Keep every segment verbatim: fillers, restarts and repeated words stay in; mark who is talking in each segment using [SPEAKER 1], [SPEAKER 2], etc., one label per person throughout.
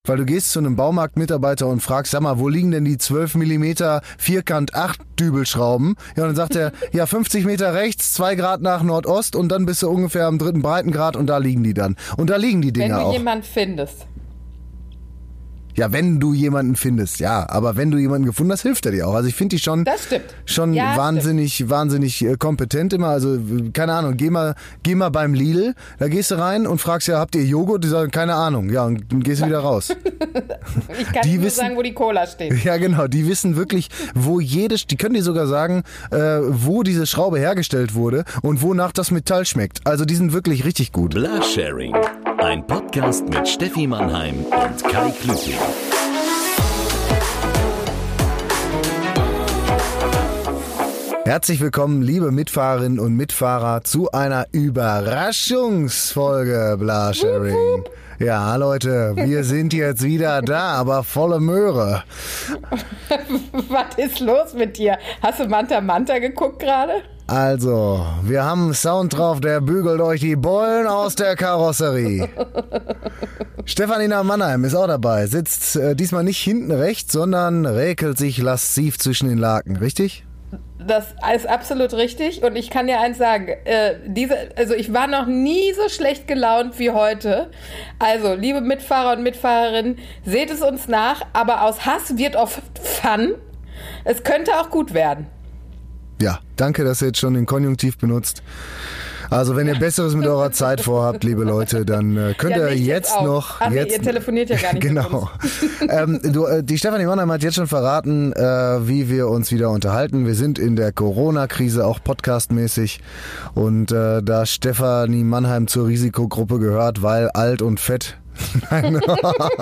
[SPEAKER 1] Weil du gehst zu einem Baumarktmitarbeiter und fragst, sag mal, wo liegen denn die zwölf Millimeter Vierkant acht Dübelschrauben? Ja, und dann sagt er, ja, fünfzig Meter rechts, zwei Grad nach Nordost und dann bist du ungefähr am dritten Breitengrad und da liegen die dann. Und da liegen die Dinger auch.
[SPEAKER 2] Wenn du jemanden findest.
[SPEAKER 1] Ja, wenn du jemanden findest, ja. Aber wenn du jemanden gefunden hast, hilft er dir auch. Also ich finde die schon,
[SPEAKER 2] das stimmt.
[SPEAKER 1] schon
[SPEAKER 2] ja,
[SPEAKER 1] wahnsinnig,
[SPEAKER 2] stimmt.
[SPEAKER 1] wahnsinnig kompetent immer. Also keine Ahnung, geh mal, geh mal beim Lidl, da gehst du rein und fragst ja, habt ihr Joghurt? Die sagen, keine Ahnung. Ja, und dann gehst du wieder raus.
[SPEAKER 2] Ich kann
[SPEAKER 1] die
[SPEAKER 2] nur
[SPEAKER 1] wissen,
[SPEAKER 2] sagen, wo die Cola steht.
[SPEAKER 1] Ja, genau. Die wissen wirklich, wo jede, die können dir sogar sagen, äh, wo diese Schraube hergestellt wurde und wonach das Metall schmeckt. Also die sind wirklich richtig gut.
[SPEAKER 3] Blasharing, ein Podcast mit Steffi Mannheim und Kai Klüting.
[SPEAKER 1] Herzlich willkommen, liebe Mitfahrerinnen und Mitfahrer, zu einer Überraschungsfolge Blasharing. Ja, Leute, wir sind jetzt wieder da, aber volle Möhre.
[SPEAKER 2] Was ist los mit dir? Hast du Manta Manta geguckt gerade?
[SPEAKER 1] Also, wir haben einen Sound drauf, der bügelt euch die Beulen aus der Karosserie. Stefanina Mannheim ist auch dabei, sitzt äh, diesmal nicht hinten rechts, sondern räkelt sich lasziv zwischen den Laken, richtig?
[SPEAKER 2] Das ist absolut richtig und ich kann dir eins sagen, äh, diese, also ich war noch nie so schlecht gelaunt wie heute. Also, liebe Mitfahrer und Mitfahrerinnen, seht es uns nach, aber aus Hass wird oft Fun. Es könnte auch gut werden.
[SPEAKER 1] Ja, danke, dass ihr jetzt schon den Konjunktiv benutzt. Also wenn ihr Besseres mit eurer Zeit vorhabt, liebe Leute, dann äh, könnt
[SPEAKER 2] ja,
[SPEAKER 1] ihr jetzt, jetzt noch...
[SPEAKER 2] Ach nee,
[SPEAKER 1] jetzt,
[SPEAKER 2] ihr telefoniert ja gar nicht
[SPEAKER 1] genau. ähm, du, äh, die Stefanie Mannheim hat jetzt schon verraten, äh, wie wir uns wieder unterhalten. Wir sind in der Corona-Krise, auch podcastmäßig. Und äh, da Stefanie Mannheim zur Risikogruppe gehört, weil alt und fett... Hör mal,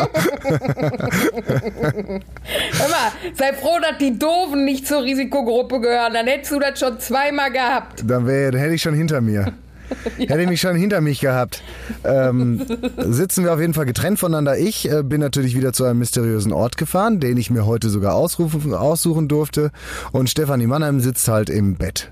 [SPEAKER 2] sei froh, dass die Doofen nicht zur Risikogruppe gehören. Dann hättest du das schon zweimal gehabt.
[SPEAKER 1] Dann, wär, dann hätte ich schon hinter mir. Ja. Hätte ich mich schon hinter mich gehabt. Ähm, sitzen wir auf jeden Fall getrennt voneinander. Ich äh, bin natürlich wieder zu einem mysteriösen Ort gefahren, den ich mir heute sogar ausrufen, aussuchen durfte. Und Stefanie Mannheim sitzt halt im Bett.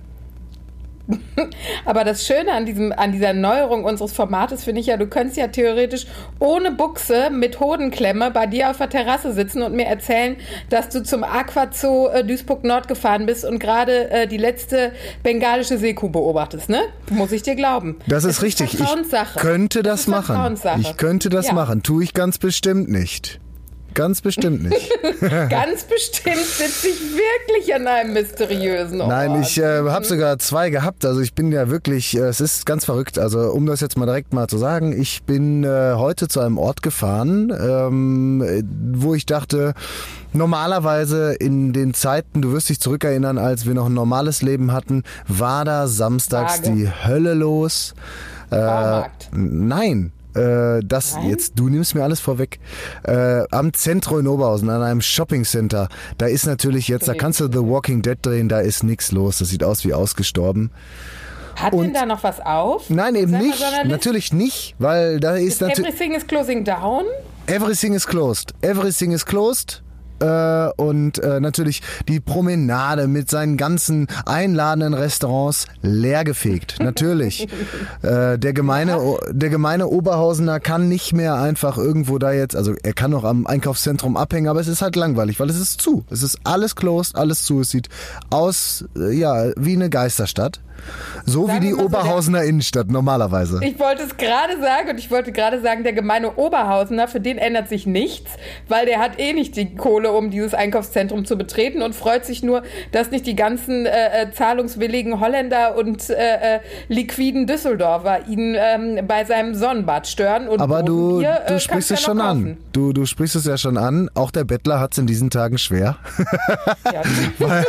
[SPEAKER 2] Aber das Schöne an diesem, an dieser Neuerung unseres Formates finde ich ja, du könntest ja theoretisch ohne Buchse mit Hodenklemme bei dir auf der Terrasse sitzen und mir erzählen, dass du zum Aquazoo äh, Duisburg Nord gefahren bist und gerade äh, die letzte bengalische Seekuh beobachtest, ne? Muss ich dir glauben.
[SPEAKER 1] Das ist, ist richtig. Ich könnte das, das machen. Ich könnte das ja. machen. Tue ich ganz bestimmt nicht. Ganz bestimmt nicht.
[SPEAKER 2] Ganz bestimmt sitze ich wirklich an einem mysteriösen Ort.
[SPEAKER 1] Nein, ich äh, habe sogar zwei gehabt. Also ich bin ja wirklich, äh, es ist ganz verrückt. Also um das jetzt mal direkt mal zu sagen, ich bin äh, heute zu einem Ort gefahren, ähm, wo ich dachte, normalerweise in den Zeiten, du wirst dich zurückerinnern, als wir noch ein normales Leben hatten, war da samstags Tage. Die Hölle los. Äh,
[SPEAKER 2] Baumarkt.
[SPEAKER 1] Nein. Das Nein? jetzt, du nimmst mir alles vorweg. Äh, am Zentro in Oberhausen, an einem Shoppingcenter, da ist natürlich jetzt, da kannst du The Walking Dead drehen, da ist nichts los. Das sieht aus wie ausgestorben.
[SPEAKER 2] Hat Und, denn da noch was auf?
[SPEAKER 1] Nein, eben nicht. Natürlich nicht, weil da ist,
[SPEAKER 2] ist natürlich... Everything is closing down?
[SPEAKER 1] Everything is closed. Everything is closed. Äh, und äh, natürlich die Promenade mit seinen ganzen einladenden Restaurants leergefegt. Natürlich. äh, der gemeine der gemeine Oberhausener kann nicht mehr einfach irgendwo da jetzt, also er kann noch am Einkaufszentrum abhängen, aber es ist halt langweilig, weil es ist zu. Es ist alles closed, alles zu. Es sieht aus, äh, ja, wie eine Geisterstadt. So Sagen wie die Oberhausener so, Innenstadt normalerweise.
[SPEAKER 2] Ich wollte es gerade sagen und ich wollte gerade sagen, der gemeine Oberhausener, für den ändert sich nichts, weil der hat eh nicht die Kohle, um dieses Einkaufszentrum zu betreten und freut sich nur, dass nicht die ganzen äh, zahlungswilligen Holländer und äh, liquiden Düsseldorfer ihn ähm, bei seinem Sonnenbad stören. Und
[SPEAKER 1] aber du,
[SPEAKER 2] Bier,
[SPEAKER 1] du
[SPEAKER 2] äh,
[SPEAKER 1] sprichst es schon kaufen. an. Du, du sprichst es ja schon an. Auch der Bettler hat es in diesen Tagen schwer.
[SPEAKER 2] Ja.
[SPEAKER 1] Weil,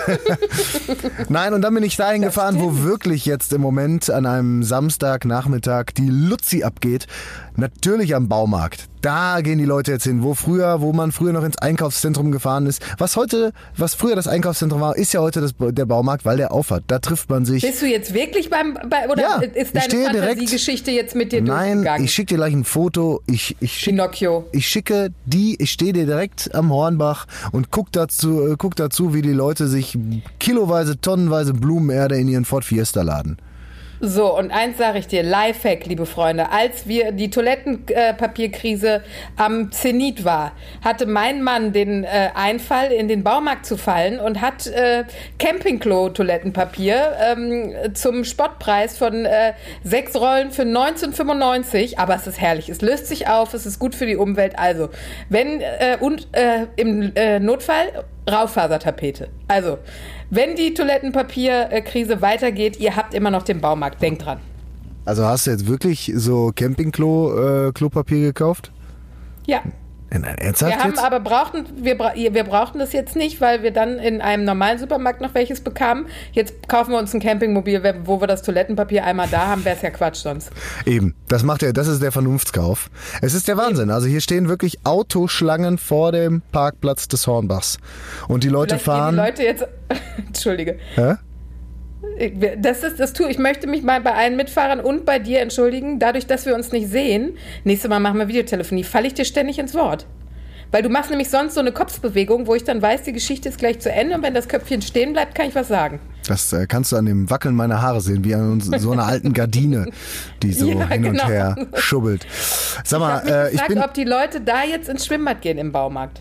[SPEAKER 1] nein, und dann bin ich dahin das gefahren, stimmt. wo wirklich jetzt im Moment an einem Samstagnachmittag die Luzi abgeht. Natürlich am Baumarkt. Da gehen die Leute jetzt hin, wo früher, wo man früher noch ins Einkaufszentrum gefahren ist. Was heute, was früher das Einkaufszentrum war, ist ja heute das, der Baumarkt, weil der aufhat. Da trifft man sich.
[SPEAKER 2] Bist du jetzt wirklich beim, bei, oder
[SPEAKER 1] ja,
[SPEAKER 2] ist deine Fantasiegeschichte jetzt mit dir
[SPEAKER 1] Nein,
[SPEAKER 2] durchgegangen?
[SPEAKER 1] ich schicke dir gleich ein Foto. Ich, ich schick,
[SPEAKER 2] Pinocchio.
[SPEAKER 1] Ich schicke die, ich stehe dir direkt am Hornbach und guck dazu, guck dazu, wie die Leute sich kiloweise, tonnenweise Blumenerde in ihren Ford Fiesta laden.
[SPEAKER 2] So, und eins sage ich dir, Lifehack, liebe Freunde, als wir die Toilettenpapierkrise am Zenit war, hatte mein Mann den äh, Einfall, in den Baumarkt zu fallen und hat äh, Campingklo-Toilettenpapier ähm, zum Spottpreis von äh, sechs Rollen für neunzehn fünfundneunzig, aber es ist herrlich, es löst sich auf, es ist gut für die Umwelt, also, wenn, äh, und äh, im äh, Notfall Raufasertapete. Also, wenn die Toilettenpapierkrise weitergeht, ihr habt immer noch den Baumarkt. Denkt dran.
[SPEAKER 1] Also hast du jetzt wirklich so Campingklo-Klopapier gekauft?
[SPEAKER 2] Ja.
[SPEAKER 1] Nein, ernsthaft
[SPEAKER 2] Wir haben
[SPEAKER 1] jetzt?
[SPEAKER 2] aber brauchten, wir, bra- wir brauchten das jetzt nicht, weil wir dann in einem normalen Supermarkt noch welches bekamen. Jetzt kaufen wir uns ein Campingmobil, wo wir das Toilettenpapier einmal da haben, wäre es ja Quatsch sonst.
[SPEAKER 1] Eben, das macht ja, das ist der Vernunftskauf. Es ist der Wahnsinn. Also hier stehen wirklich Autoschlangen vor dem Parkplatz des Hornbachs. Und die Leute
[SPEAKER 2] Vielleicht gehen
[SPEAKER 1] fahren.
[SPEAKER 2] die Leute jetzt, Entschuldige.
[SPEAKER 1] Hä?
[SPEAKER 2] Das ist das tue. Ich möchte mich mal bei allen Mitfahrern und bei dir entschuldigen. Dadurch, dass wir uns nicht sehen, nächstes Mal machen wir Videotelefonie, falle ich dir ständig ins Wort. Weil du machst nämlich sonst so eine Kopfbewegung, wo ich dann weiß, die Geschichte ist gleich zu Ende und wenn das Köpfchen stehen bleibt, kann ich was sagen.
[SPEAKER 1] Das äh, kannst du an dem Wackeln meiner Haare sehen, wie an so einer alten Gardine, die so
[SPEAKER 2] Ja,
[SPEAKER 1] hin und
[SPEAKER 2] genau.
[SPEAKER 1] her schubbelt. Sag mal,
[SPEAKER 2] ich habe mich
[SPEAKER 1] äh, ich
[SPEAKER 2] gefragt,
[SPEAKER 1] bin,
[SPEAKER 2] ob die Leute da jetzt ins Schwimmbad gehen im Baumarkt.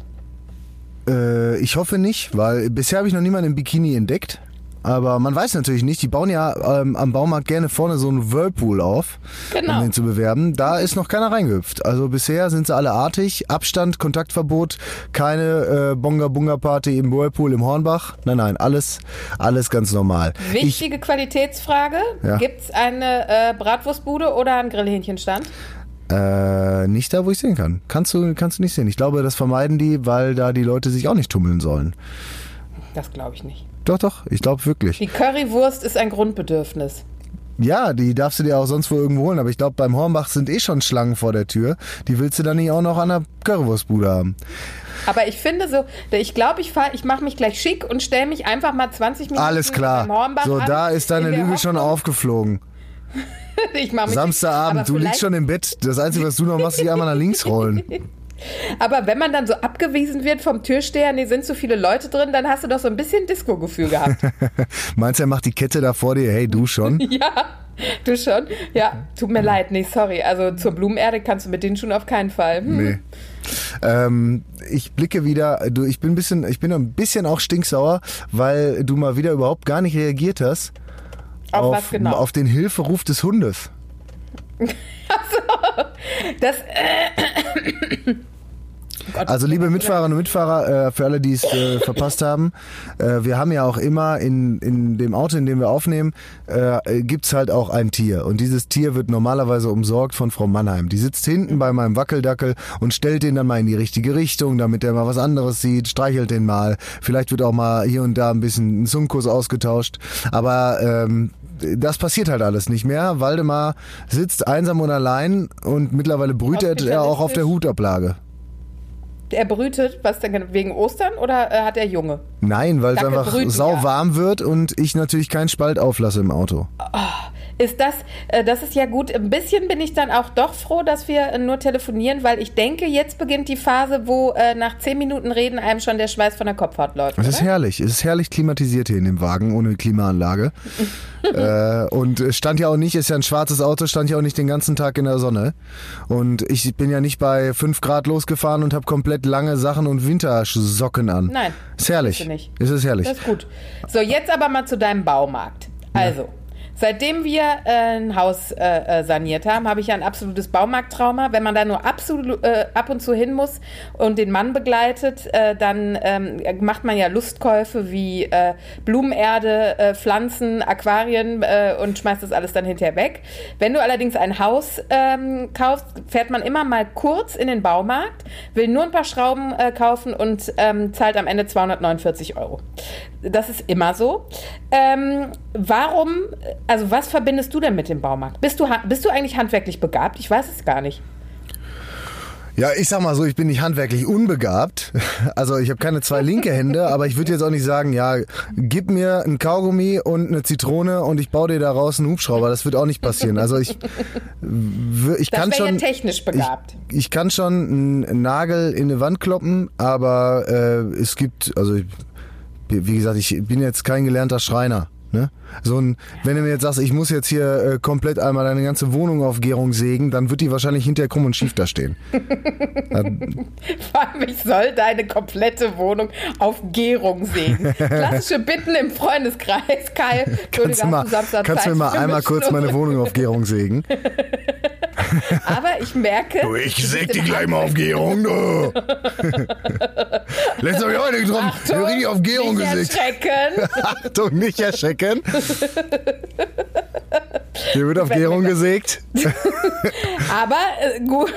[SPEAKER 1] äh, ich hoffe nicht, weil bisher habe ich noch niemanden im Bikini entdeckt. Aber man weiß natürlich nicht, die bauen ja ähm, am Baumarkt gerne vorne so einen Whirlpool auf,
[SPEAKER 2] Genau.
[SPEAKER 1] um den zu bewerben. Da ist noch keiner reingehüpft. Also bisher sind sie alle artig. Abstand, Kontaktverbot, keine äh, Bonga-Bunga-Party im Whirlpool im Hornbach. Nein, nein, alles, alles ganz normal.
[SPEAKER 2] Wichtige Qualitätsfrage.
[SPEAKER 1] Ja.
[SPEAKER 2] Gibt es eine äh, Bratwurstbude oder einen Grillhähnchenstand?
[SPEAKER 1] Ich, äh, nicht da, wo ich sehen kann. Kannst du, kannst du nicht sehen. Ich glaube, das vermeiden die, weil da die Leute sich auch nicht tummeln sollen.
[SPEAKER 2] Das glaube ich nicht.
[SPEAKER 1] Doch, doch, ich glaube wirklich.
[SPEAKER 2] Die Currywurst ist ein Grundbedürfnis.
[SPEAKER 1] Ja, die darfst du dir auch sonst wo irgendwo holen, aber ich glaube, beim Hornbach sind eh schon Schlangen vor der Tür. Die willst du dann nicht auch noch an der Currywurstbude haben.
[SPEAKER 2] Aber ich finde so, ich glaube, ich, fahr- ich mache mich gleich schick und stelle mich einfach mal zwanzig Minuten
[SPEAKER 1] Alles klar.
[SPEAKER 2] beim Hornbach
[SPEAKER 1] So,
[SPEAKER 2] an,
[SPEAKER 1] da ist deine
[SPEAKER 2] in der
[SPEAKER 1] Lüge schon
[SPEAKER 2] Hoffnung-
[SPEAKER 1] aufgeflogen.
[SPEAKER 2] Ich mach mich
[SPEAKER 1] Samstagabend,
[SPEAKER 2] aber
[SPEAKER 1] du liegst
[SPEAKER 2] vielleicht-
[SPEAKER 1] schon im Bett. Das Einzige, was du noch machst, ist dich einmal nach links rollen.
[SPEAKER 2] Aber wenn man dann so abgewiesen wird vom Türsteher, nee, sind so viele Leute drin, dann hast du doch so ein bisschen Disco-Gefühl gehabt.
[SPEAKER 1] Meinst du, er macht die Kette da vor dir? Hey, du schon?
[SPEAKER 2] Ja, du schon? Ja, tut mir leid, nee, sorry. Also zur Blumenerde kannst du mit den Schuhen auf keinen Fall. Hm.
[SPEAKER 1] Nee. Ähm, ich blicke wieder, du, ich bin ein bisschen, ich bin ein bisschen auch stinksauer, weil du mal wieder überhaupt gar nicht reagiert hast.
[SPEAKER 2] Auf,
[SPEAKER 1] auf,
[SPEAKER 2] was genau?
[SPEAKER 1] auf den Hilferuf des Hundes.
[SPEAKER 2] Das, äh, Gott,
[SPEAKER 1] Also liebe Mitfahrerinnen und Mitfahrer, äh, für alle, die es äh, verpasst haben, äh, wir haben ja auch immer in, in dem Auto, in dem wir aufnehmen, äh, gibt's halt auch ein Tier. Und dieses Tier wird normalerweise umsorgt von Frau Mannheim. Die sitzt hinten bei meinem Wackeldackel und stellt den dann mal in die richtige Richtung, damit der mal was anderes sieht, streichelt den mal. Vielleicht wird auch mal hier und da ein bisschen ein Zungenkuss ausgetauscht. Aber ähm, das passiert halt alles nicht mehr. Waldemar sitzt einsam und allein und mittlerweile brütet er auch auf der Hutablage.
[SPEAKER 2] er brütet, was denn, wegen Ostern oder äh, hat er Junge?
[SPEAKER 1] Nein, weil es
[SPEAKER 2] Dackel
[SPEAKER 1] einfach
[SPEAKER 2] brüten,
[SPEAKER 1] sau
[SPEAKER 2] ja.
[SPEAKER 1] warm wird und ich natürlich keinen Spalt auflasse im Auto.
[SPEAKER 2] Ist das, äh, das ist ja gut. Ein bisschen bin ich dann auch doch froh, dass wir äh, nur telefonieren, weil ich denke, jetzt beginnt die Phase, wo äh, nach zehn Minuten Reden einem schon der Schweiß von der Kopfhaut läuft.
[SPEAKER 1] Es ist
[SPEAKER 2] oder?
[SPEAKER 1] herrlich. Es ist herrlich klimatisiert hier in dem Wagen, ohne Klimaanlage. äh, und es stand ja auch nicht, ist ja ein schwarzes Auto, stand ja auch nicht den ganzen Tag in der Sonne. Und ich bin ja nicht bei fünf Grad losgefahren und habe komplett lange Sachen und Wintersocken an.
[SPEAKER 2] Nein.
[SPEAKER 1] Ist herrlich.
[SPEAKER 2] bist du nicht.
[SPEAKER 1] Es ist herrlich.
[SPEAKER 2] Das ist gut. So, jetzt aber mal zu deinem Baumarkt. Also, seitdem wir äh, ein Haus äh, saniert haben, habe ich ja ein absolutes Baumarkttrauma. Wenn man da nur absolut, äh, ab und zu hin muss und den Mann begleitet, äh, dann ähm, macht man ja Lustkäufe wie äh, Blumenerde, äh, Pflanzen, Aquarien äh, und schmeißt das alles dann hinterher weg. Wenn du allerdings ein Haus ähm, kaufst, fährt man immer mal kurz in den Baumarkt, will nur ein paar Schrauben äh, kaufen und ähm, zahlt am Ende zweihundertneunundvierzig Euro. Das ist immer so. Ähm, warum, also was verbindest du denn mit dem Baumarkt? Bist du, bist du eigentlich handwerklich begabt? Ich weiß es gar nicht.
[SPEAKER 1] Ja, ich sag mal so, ich bin nicht handwerklich unbegabt. Also ich habe keine zwei linke Hände, aber ich würde jetzt auch nicht sagen, ja, gib mir ein Kaugummi und eine Zitrone und ich baue dir daraus einen Hubschrauber. Das wird auch nicht passieren. Also ich, ich
[SPEAKER 2] Das
[SPEAKER 1] kann
[SPEAKER 2] wäre ja
[SPEAKER 1] schon
[SPEAKER 2] technisch begabt.
[SPEAKER 1] Ich, ich kann schon einen Nagel in eine Wand kloppen, aber äh, es gibt, also ich, wie gesagt, ich bin jetzt kein gelernter Schreiner. Ne? So ein, wenn du mir jetzt sagst, ich muss jetzt hier äh, komplett einmal deine ganze Wohnung auf Gärung sägen, dann wird die wahrscheinlich hinterher krumm und schief da stehen.
[SPEAKER 2] Vor allem, ich soll deine komplette Wohnung auf Gärung sägen. Klassische Bitten im Freundeskreis, Kai.
[SPEAKER 1] Kannst du, mal, du kannst du mir mal einmal kurz meine Wohnung auf Gärung sägen?
[SPEAKER 2] Aber ich merke...
[SPEAKER 1] Du, ich säg die gleich mal auf Gärung, du! Letztes habe ich heute getroffen, ich habe richtig auf Gärung
[SPEAKER 2] nicht
[SPEAKER 1] gesägt.
[SPEAKER 2] Erschrecken.
[SPEAKER 1] Achtung, nicht erschrecken. Hier wird auf Gärung gesägt.
[SPEAKER 2] Aber äh, gut.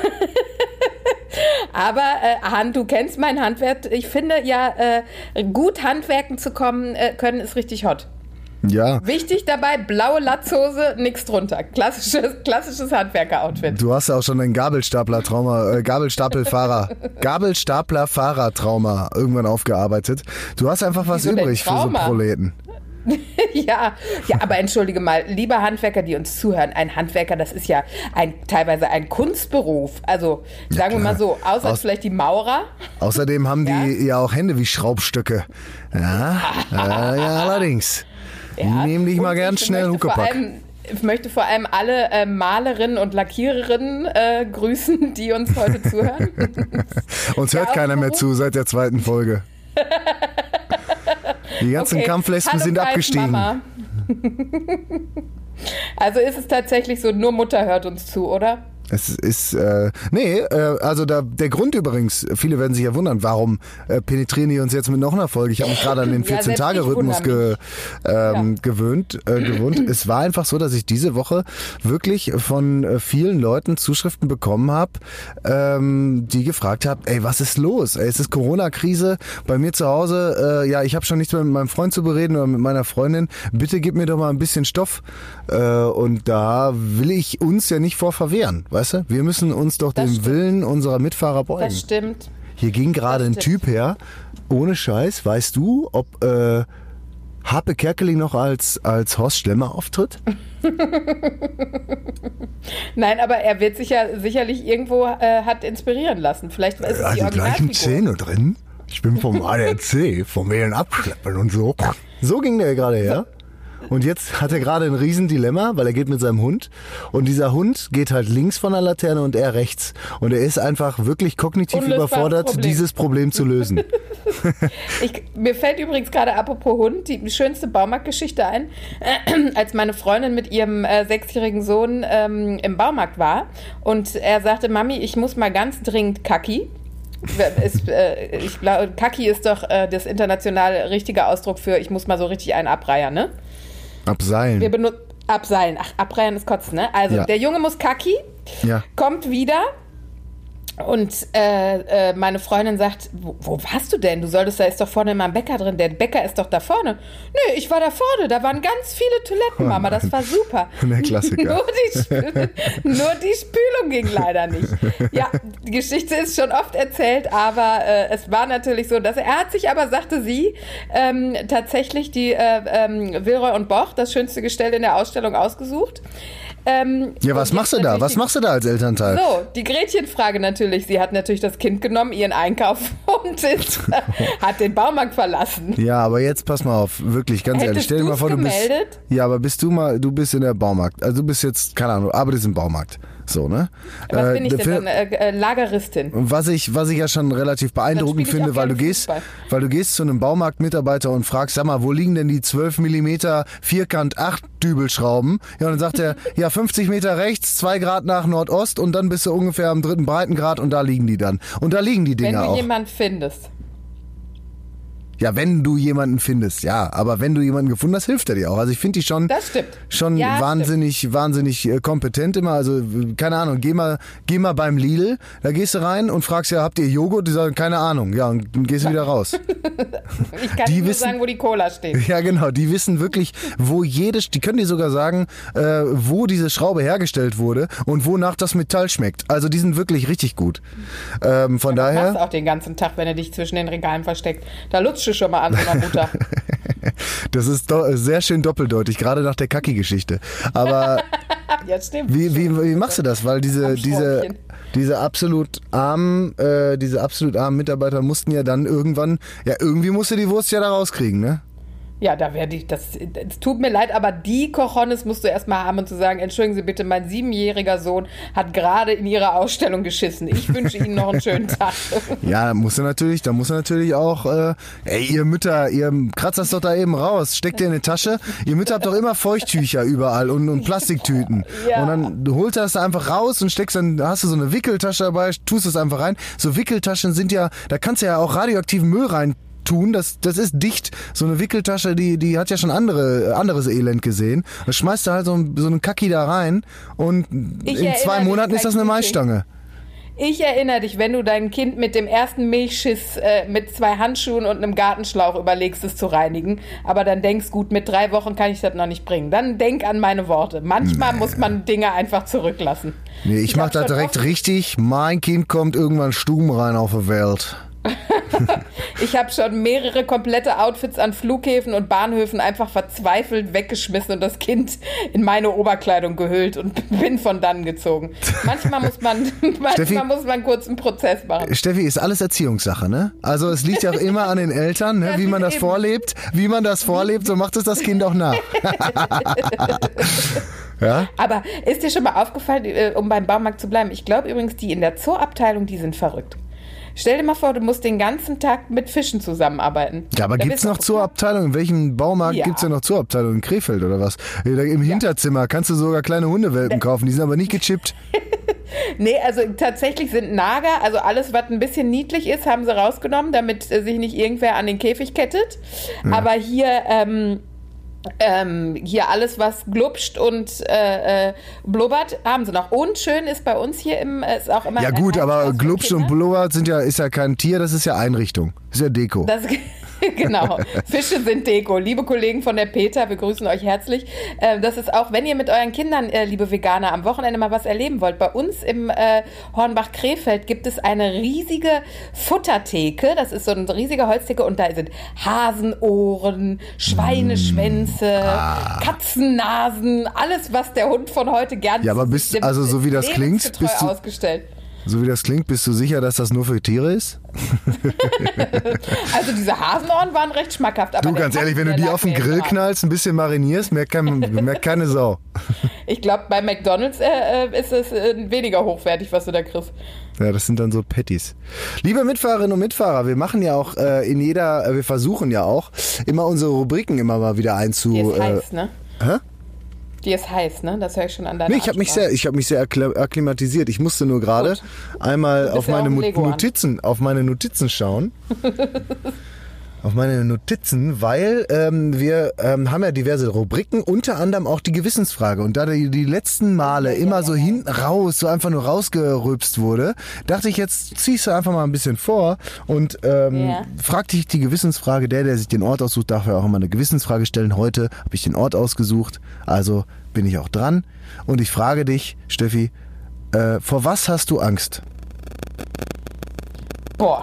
[SPEAKER 2] Aber äh, Hand, du kennst mein Handwerk. Ich finde ja, äh, gut handwerken zu kommen äh, können ist richtig hot.
[SPEAKER 1] Ja.
[SPEAKER 2] Wichtig dabei, blaue Latzhose, nix drunter. Klassisches, klassisches Handwerker-Outfit.
[SPEAKER 1] Du hast ja auch schon ein Gabelstapler-Trauma, äh, Gabelstapelfahrer, Gabelstapler-Fahrer-Trauma irgendwann aufgearbeitet. Du hast einfach was
[SPEAKER 2] Wieso denn
[SPEAKER 1] übrig für so
[SPEAKER 2] Trauma?
[SPEAKER 1] Proleten.
[SPEAKER 2] ja, ja, aber entschuldige mal, liebe Handwerker, die uns zuhören, ein Handwerker, das ist ja ein, teilweise ein Kunstberuf. Also sagen
[SPEAKER 1] Ja,
[SPEAKER 2] wir mal so, außer
[SPEAKER 1] Aus-
[SPEAKER 2] vielleicht die Maurer.
[SPEAKER 1] Außerdem haben die ja, auch Hände wie Schraubstöcke. Ja, ja, ja allerdings. Die
[SPEAKER 2] Ja.
[SPEAKER 1] nehmen dich mal
[SPEAKER 2] Und
[SPEAKER 1] ganz
[SPEAKER 2] ich
[SPEAKER 1] schnell
[SPEAKER 2] möchte vor
[SPEAKER 1] Huckepack.
[SPEAKER 2] allem- Ich möchte vor allem alle äh, Malerinnen und Lackiererinnen äh, grüßen, die uns heute zuhören.
[SPEAKER 1] Uns hört
[SPEAKER 2] Ja,
[SPEAKER 1] keiner mehr
[SPEAKER 2] Beruf.
[SPEAKER 1] zu seit der zweiten Folge. Die ganzen
[SPEAKER 2] Okay.
[SPEAKER 1] Kampflespen
[SPEAKER 2] Hallo,
[SPEAKER 1] sind
[SPEAKER 2] Kais
[SPEAKER 1] abgestiegen.
[SPEAKER 2] Mama. Also ist es tatsächlich so, nur Mutter hört uns zu, oder?
[SPEAKER 1] Es ist, äh, nee, äh, also da, der Grund übrigens, viele werden sich ja wundern, warum äh, penetrieren die uns jetzt mit noch einer Folge? Ich habe mich gerade an den
[SPEAKER 2] Ja, selbst
[SPEAKER 1] vierzehn-Tage-Rhythmus
[SPEAKER 2] ich
[SPEAKER 1] ge,
[SPEAKER 2] wundere
[SPEAKER 1] ähm,
[SPEAKER 2] Ja.
[SPEAKER 1] gewöhnt, äh, gewohnt. Es war einfach so, dass ich diese Woche wirklich von äh, vielen Leuten Zuschriften bekommen habe, ähm, die gefragt haben, ey, was ist los? Ey, es ist Corona-Krise bei mir zu Hause, äh, ja, ich habe schon nichts mehr mit meinem Freund zu bereden oder mit meiner Freundin, bitte gib mir doch mal ein bisschen Stoff. Äh, und da will ich uns ja nicht vor verwehren, weißt du? Wir müssen uns doch
[SPEAKER 2] Das
[SPEAKER 1] dem
[SPEAKER 2] stimmt.
[SPEAKER 1] Willen unserer Mitfahrer beugen.
[SPEAKER 2] Das stimmt.
[SPEAKER 1] Hier ging gerade ein
[SPEAKER 2] Das
[SPEAKER 1] Typ her, ohne Scheiß, weißt du, ob äh, Harpe Kerkeling noch als, als Horst Schlemmer auftritt?
[SPEAKER 2] Nein, aber er wird sich ja sicherlich irgendwo äh, hat inspirieren lassen. Vielleicht ist es
[SPEAKER 1] Ja,
[SPEAKER 2] die,
[SPEAKER 1] die gleichen
[SPEAKER 2] Originalfigur.
[SPEAKER 1] Zähne drin. Ich bin vom A D A C, vom Wählen abschleppen und so. So ging der gerade her. Und jetzt hat er gerade ein Riesendilemma, weil er geht mit seinem Hund. Und dieser Hund geht halt links von der Laterne und er rechts. Und er ist einfach wirklich kognitiv
[SPEAKER 2] Unlösbares
[SPEAKER 1] überfordert,
[SPEAKER 2] Problem.
[SPEAKER 1] dieses Problem zu lösen.
[SPEAKER 2] Ich, mir fällt übrigens gerade apropos Hund die schönste Baumarktgeschichte ein, als meine Freundin mit ihrem äh, sechsjährigen Sohn ähm, im Baumarkt war und er sagte, Mami, ich muss mal ganz dringend Kacki. Ist, äh, ich glaube, Kacki ist doch äh, das international richtige Ausdruck für ich muss mal so richtig einen abreiern, ne?
[SPEAKER 1] Abseilen.
[SPEAKER 2] Wir benutzen abseilen. Ach, abreiern ist kotzen, ne? Also
[SPEAKER 1] Ja.
[SPEAKER 2] der Junge muss Kacki,
[SPEAKER 1] Ja.
[SPEAKER 2] kommt wieder und äh, äh, meine Freundin sagt, wo, wo warst du denn? Du solltest, da ist doch vorne immer ein Bäcker drin. Der Bäcker ist doch da vorne. Nö, ich war da vorne. Da waren ganz viele Toiletten, Mama. Das war super.
[SPEAKER 1] Der Klassiker.
[SPEAKER 2] Nur die, Spül- nur die Spülung ging leider nicht. Ja, die Geschichte ist schon oft erzählt, aber äh, es war natürlich so, dass er, er hat sich aber, sagte sie, ähm, tatsächlich die äh, ähm, Wilroy und Boch, das schönste Gestell in der Ausstellung, ausgesucht. Ähm,
[SPEAKER 1] Ja, was
[SPEAKER 2] und
[SPEAKER 1] machst du
[SPEAKER 2] jetzt
[SPEAKER 1] da?
[SPEAKER 2] natürlich
[SPEAKER 1] Was
[SPEAKER 2] die-
[SPEAKER 1] machst du da als Elternteil?
[SPEAKER 2] so, die Gretchenfrage natürlich. Sie hat natürlich das Kind genommen, ihren Einkauf und ist, hat den Baumarkt verlassen.
[SPEAKER 1] Ja, aber jetzt pass mal auf, wirklich, ganz ehrlich.
[SPEAKER 2] Hättest
[SPEAKER 1] Stell dir mal
[SPEAKER 2] du's
[SPEAKER 1] vor, du bist.
[SPEAKER 2] gemeldet?
[SPEAKER 1] Ja, aber bist du mal, du bist in der Baumarkt. Also du bist jetzt, keine Ahnung, arbeitest im Baumarkt. So, ne?
[SPEAKER 2] Was
[SPEAKER 1] Äh,
[SPEAKER 2] bin ich
[SPEAKER 1] der
[SPEAKER 2] denn
[SPEAKER 1] Film-
[SPEAKER 2] dann? Äh, äh, Lageristin.
[SPEAKER 1] Was ich, was ich ja schon relativ beeindruckend
[SPEAKER 2] Dann spiel ich
[SPEAKER 1] finde,
[SPEAKER 2] auch
[SPEAKER 1] weil du
[SPEAKER 2] gerne
[SPEAKER 1] gehst,
[SPEAKER 2] Fußball.
[SPEAKER 1] weil du gehst zu einem Baumarktmitarbeiter und fragst, sag mal, wo liegen denn die zwölf Millimeter Vierkant acht Dübelschrauben? Ja, und dann sagt er, ja, fünfzig Meter rechts, zwei Grad nach Nordost und dann bist du ungefähr am dritten Breitengrad und da liegen die dann. Und da liegen die
[SPEAKER 2] Wenn
[SPEAKER 1] Dinger
[SPEAKER 2] du
[SPEAKER 1] auch.
[SPEAKER 2] jemanden findest.
[SPEAKER 1] Ja, wenn du jemanden findest, ja. Aber wenn du jemanden gefunden hast, hilft er dir auch. Also ich finde die schon,
[SPEAKER 2] Das stimmt.
[SPEAKER 1] schon
[SPEAKER 2] Ja,
[SPEAKER 1] wahnsinnig, wahnsinnig äh, kompetent immer. Also, äh, keine Ahnung, geh mal, geh mal beim Lidl, da gehst du rein und fragst ja, habt ihr Joghurt? Die sagen, keine Ahnung. Ja, und dann gehst du wieder raus.
[SPEAKER 2] Ich kann
[SPEAKER 1] Die
[SPEAKER 2] dir nur
[SPEAKER 1] wissen-
[SPEAKER 2] sagen, wo die Cola steht.
[SPEAKER 1] Ja, genau. Die wissen wirklich, wo jede, die können dir sogar sagen, äh, wo diese Schraube hergestellt wurde und wonach das Metall schmeckt. Also die sind wirklich richtig gut. Ähm, von
[SPEAKER 2] Das machst
[SPEAKER 1] daher.
[SPEAKER 2] du auch den ganzen Tag, wenn er dich zwischen den Regalen versteckt. Da lutschst du schon mal an so einer Butter.
[SPEAKER 1] Das ist do- sehr schön doppeldeutig, gerade nach der Kacki-Geschichte. Aber
[SPEAKER 2] Ja, stimmt.
[SPEAKER 1] wie, wie, wie machst du das? Weil diese,
[SPEAKER 2] Am
[SPEAKER 1] diese,
[SPEAKER 2] Schräubchen.
[SPEAKER 1] diese absolut armen, äh, diese absolut armen Mitarbeiter mussten ja dann irgendwann, ja, irgendwie musste die Wurst ja da rauskriegen, ne?
[SPEAKER 2] Ja, da werde ich, das, es tut mir leid, aber die Cojones musst du erstmal haben und zu sagen, entschuldigen Sie bitte, mein siebenjähriger Sohn hat gerade in Ihrer Ausstellung geschissen. Ich wünsche Ihnen noch einen schönen Tag.
[SPEAKER 1] Ja, da muss er natürlich, da muss er natürlich auch, äh, ey, ihr Mütter, ihr kratzt das doch da eben raus, steckt ihr in die Tasche. Ihr Mütter habt doch immer Feuchttücher überall und, und Plastiktüten. Ja. Und dann du holst das da einfach raus und steckst dann, da hast du so eine Wickeltasche dabei, tust es einfach rein. So Wickeltaschen sind ja, da kannst du ja auch radioaktiven Müll rein tun, das, das ist dicht. So eine Wickeltasche, die, die hat ja schon andere, anderes Elend gesehen. Da schmeißt du halt so, so einen Kacki da rein und ich in zwei Monaten ist das eine Maisstange.
[SPEAKER 2] Ich erinnere dich, wenn du dein Kind mit dem ersten Milchschiss äh, mit zwei Handschuhen und einem Gartenschlauch überlegst, es zu reinigen, aber dann denkst, gut, mit drei Wochen kann ich das noch nicht bringen. Dann denk an meine Worte. Manchmal nee. muss man Dinge einfach zurücklassen.
[SPEAKER 1] Nee, ich, ich mach da direkt richtig, mein Kind kommt irgendwann stubenrein auf die Welt.
[SPEAKER 2] Ich habe schon mehrere komplette Outfits an Flughäfen und Bahnhöfen einfach verzweifelt weggeschmissen und das Kind in meine Oberkleidung gehüllt und bin von dann gezogen. Manchmal muss man, manchmal Steffi, muss man kurz einen Prozess machen.
[SPEAKER 1] Steffi, ist alles Erziehungssache, ne? Also es liegt ja auch immer an den Eltern, ne? Wie man das eben vorlebt. Wie man das vorlebt, so macht es das Kind auch nach. Ja?
[SPEAKER 2] Aber ist dir schon mal aufgefallen, um beim Baumarkt zu bleiben, ich glaube übrigens, die in der Zooabteilung, die sind verrückt. Stell dir mal vor, du musst den ganzen Tag mit Fischen zusammenarbeiten.
[SPEAKER 1] Ja, aber gibt es noch Zooabteilung? In welchem Baumarkt ja. gibt es ja noch Zooabteilung? In Krefeld oder was? Im Hinterzimmer kannst du sogar kleine Hundewelpen kaufen, die sind aber nicht gechippt.
[SPEAKER 2] Nee, also tatsächlich sind Nager, also alles, was ein bisschen niedlich ist, haben sie rausgenommen, damit äh, sich nicht irgendwer an den Käfig kettet. Ja. Aber hier... Ähm, Ähm, hier alles, was glubscht und äh, äh, blubbert, haben sie noch. Und schön ist bei uns hier im, ist auch immer...
[SPEAKER 1] Ja gut, aber glubscht und blubbert sind ja, ist ja kein Tier, das ist ja Einrichtung. Das ist ja Deko.
[SPEAKER 2] Das, genau, Fische sind Deko. Liebe Kollegen von der PETA, wir grüßen euch herzlich. Äh, das ist auch, wenn ihr mit euren Kindern, äh, liebe Veganer, am Wochenende mal was erleben wollt. Bei uns im äh, Hornbach-Krefeld gibt es eine riesige Futtertheke. Das ist so eine riesige Holztheke und da sind Hasenohren, Schweineschwänze, Ah. Katzennasen, alles, was der Hund von heute gern...
[SPEAKER 1] Ja, aber bist, also so wie das klingt, bist du,
[SPEAKER 2] ausgestellt.
[SPEAKER 1] so wie das klingt, bist du sicher, dass das nur für Tiere ist?
[SPEAKER 2] Also diese Hasenohren waren recht schmackhaft. Aber
[SPEAKER 1] du, ganz ehrlich, wenn du die auf den Grill knallst, ein bisschen marinierst, merkt, kein, merkt keine Sau.
[SPEAKER 2] Ich glaube, bei McDonald's äh, ist es äh, weniger hochwertig, was du da kriegst.
[SPEAKER 1] Ja, das sind dann so Patties. Liebe Mitfahrerinnen und Mitfahrer, wir machen ja auch äh, in jeder, äh, wir versuchen ja auch, immer unsere Rubriken immer mal wieder einzu...
[SPEAKER 2] Die ist
[SPEAKER 1] äh,
[SPEAKER 2] heiß, ne?
[SPEAKER 1] Hä?
[SPEAKER 2] Die ist heiß, ne? Das höre ich schon an deiner
[SPEAKER 1] Nee, ich habe mich sehr, ich habe mich sehr akklimatisiert. Ich musste nur gerade einmal auf meine Notizen, auf meine Notizen schauen. Auf meine Notizen, weil ähm, wir ähm, haben ja diverse Rubriken, unter anderem auch die Gewissensfrage. Und da die, die letzten Male ja, immer ja, so ja. hinten raus, so einfach nur rausgerülpst wurde, dachte ich, jetzt ziehst du einfach mal ein bisschen vor und ähm, ja. frag dich die Gewissensfrage. Der, der sich den Ort aussucht, darf ja auch immer eine Gewissensfrage stellen. Heute habe ich den Ort ausgesucht, also bin ich auch dran. Und ich frage dich, Steffi, äh, vor was hast du Angst?
[SPEAKER 2] Boah.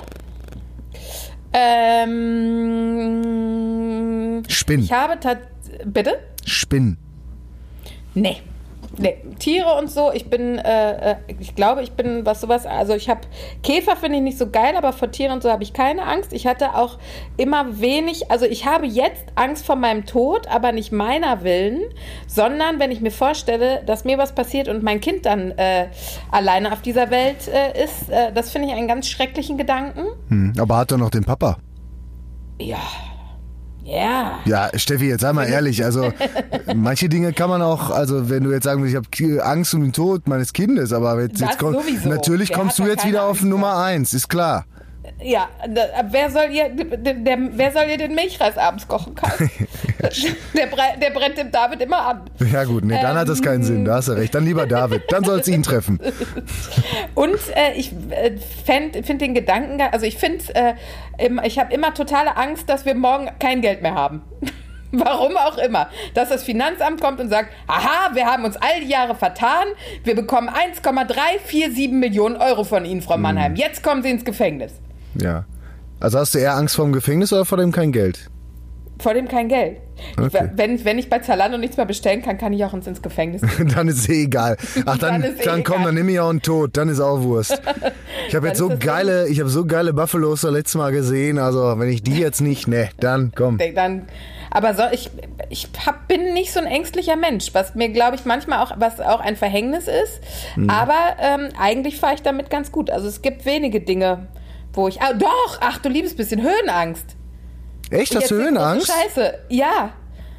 [SPEAKER 2] Ähm,
[SPEAKER 1] Spinnen.
[SPEAKER 2] Ich habe tat... Bitte?
[SPEAKER 1] Spinnen.
[SPEAKER 2] Nee. Nee. Tiere und so, ich bin, äh, ich glaube, ich bin, was sowas, also ich habe, Käfer finde ich nicht so geil, aber vor Tieren und so habe ich keine Angst. Ich hatte auch immer wenig, also ich habe jetzt Angst vor meinem Tod, aber nicht meiner Willen, sondern wenn ich mir vorstelle, dass mir was passiert und mein Kind dann äh, alleine auf dieser Welt äh, ist, äh, das finde ich einen ganz schrecklichen Gedanken.
[SPEAKER 1] Hm, aber hat er noch den Papa?
[SPEAKER 2] Ja. Ja.
[SPEAKER 1] Ja, Steffi, jetzt sei mal ehrlich, also manche Dinge kann man auch, also wenn du jetzt sagen willst, ich habe Angst um den Tod meines Kindes, aber jetzt, jetzt komm, natürlich Der kommst du jetzt wieder auf Nummer eins, ist klar.
[SPEAKER 2] Ja, da, wer soll ihr, der, der, wer soll ihr den Milchreis abends kochen können? der, der brennt dem David immer an. Ja gut, nee, dann ähm, hat das keinen Sinn, da hast du recht. Dann lieber David, dann soll es ihn treffen. Und äh, ich äh, finde den Gedanken, also ich finde, äh, ich habe immer totale Angst, dass wir morgen kein Geld mehr haben. Warum auch immer. Dass das Finanzamt kommt und sagt, aha, wir haben uns all die Jahre vertan, wir bekommen eins Komma drei vier sieben Millionen Euro von Ihnen, Frau Mannheim. Jetzt kommen Sie ins Gefängnis.
[SPEAKER 1] Ja. Also hast du eher Angst vor dem Gefängnis oder vor dem kein Geld?
[SPEAKER 2] Vor dem kein Geld.
[SPEAKER 1] Okay.
[SPEAKER 2] Ich, wenn, wenn ich bei Zalando nichts mehr bestellen kann, kann ich auch ins Gefängnis gehen.
[SPEAKER 1] Dann ist eh egal. Ach, dann,
[SPEAKER 2] Dann ist eh
[SPEAKER 1] dann komm,
[SPEAKER 2] egal.
[SPEAKER 1] dann nimm ich auch einen Tod. Dann ist auch Wurst. Ich habe jetzt so
[SPEAKER 2] ist das
[SPEAKER 1] geile, ich habe so geile Buffalos das letzte Mal gesehen. Also wenn ich die jetzt nicht, ne, dann komm.
[SPEAKER 2] Dann, aber so, ich, ich hab, bin nicht so ein ängstlicher Mensch, was mir, glaube ich, manchmal auch, was auch ein Verhängnis ist.
[SPEAKER 1] Mhm.
[SPEAKER 2] Aber ähm, eigentlich fahre ich damit ganz gut. Also es gibt wenige Dinge, wo ich... Ah, doch, ach du liebes bisschen, Höhenangst.
[SPEAKER 1] Echt, hast
[SPEAKER 2] Jetzt
[SPEAKER 1] du
[SPEAKER 2] die große
[SPEAKER 1] Höhenangst?
[SPEAKER 2] Scheiße, ja.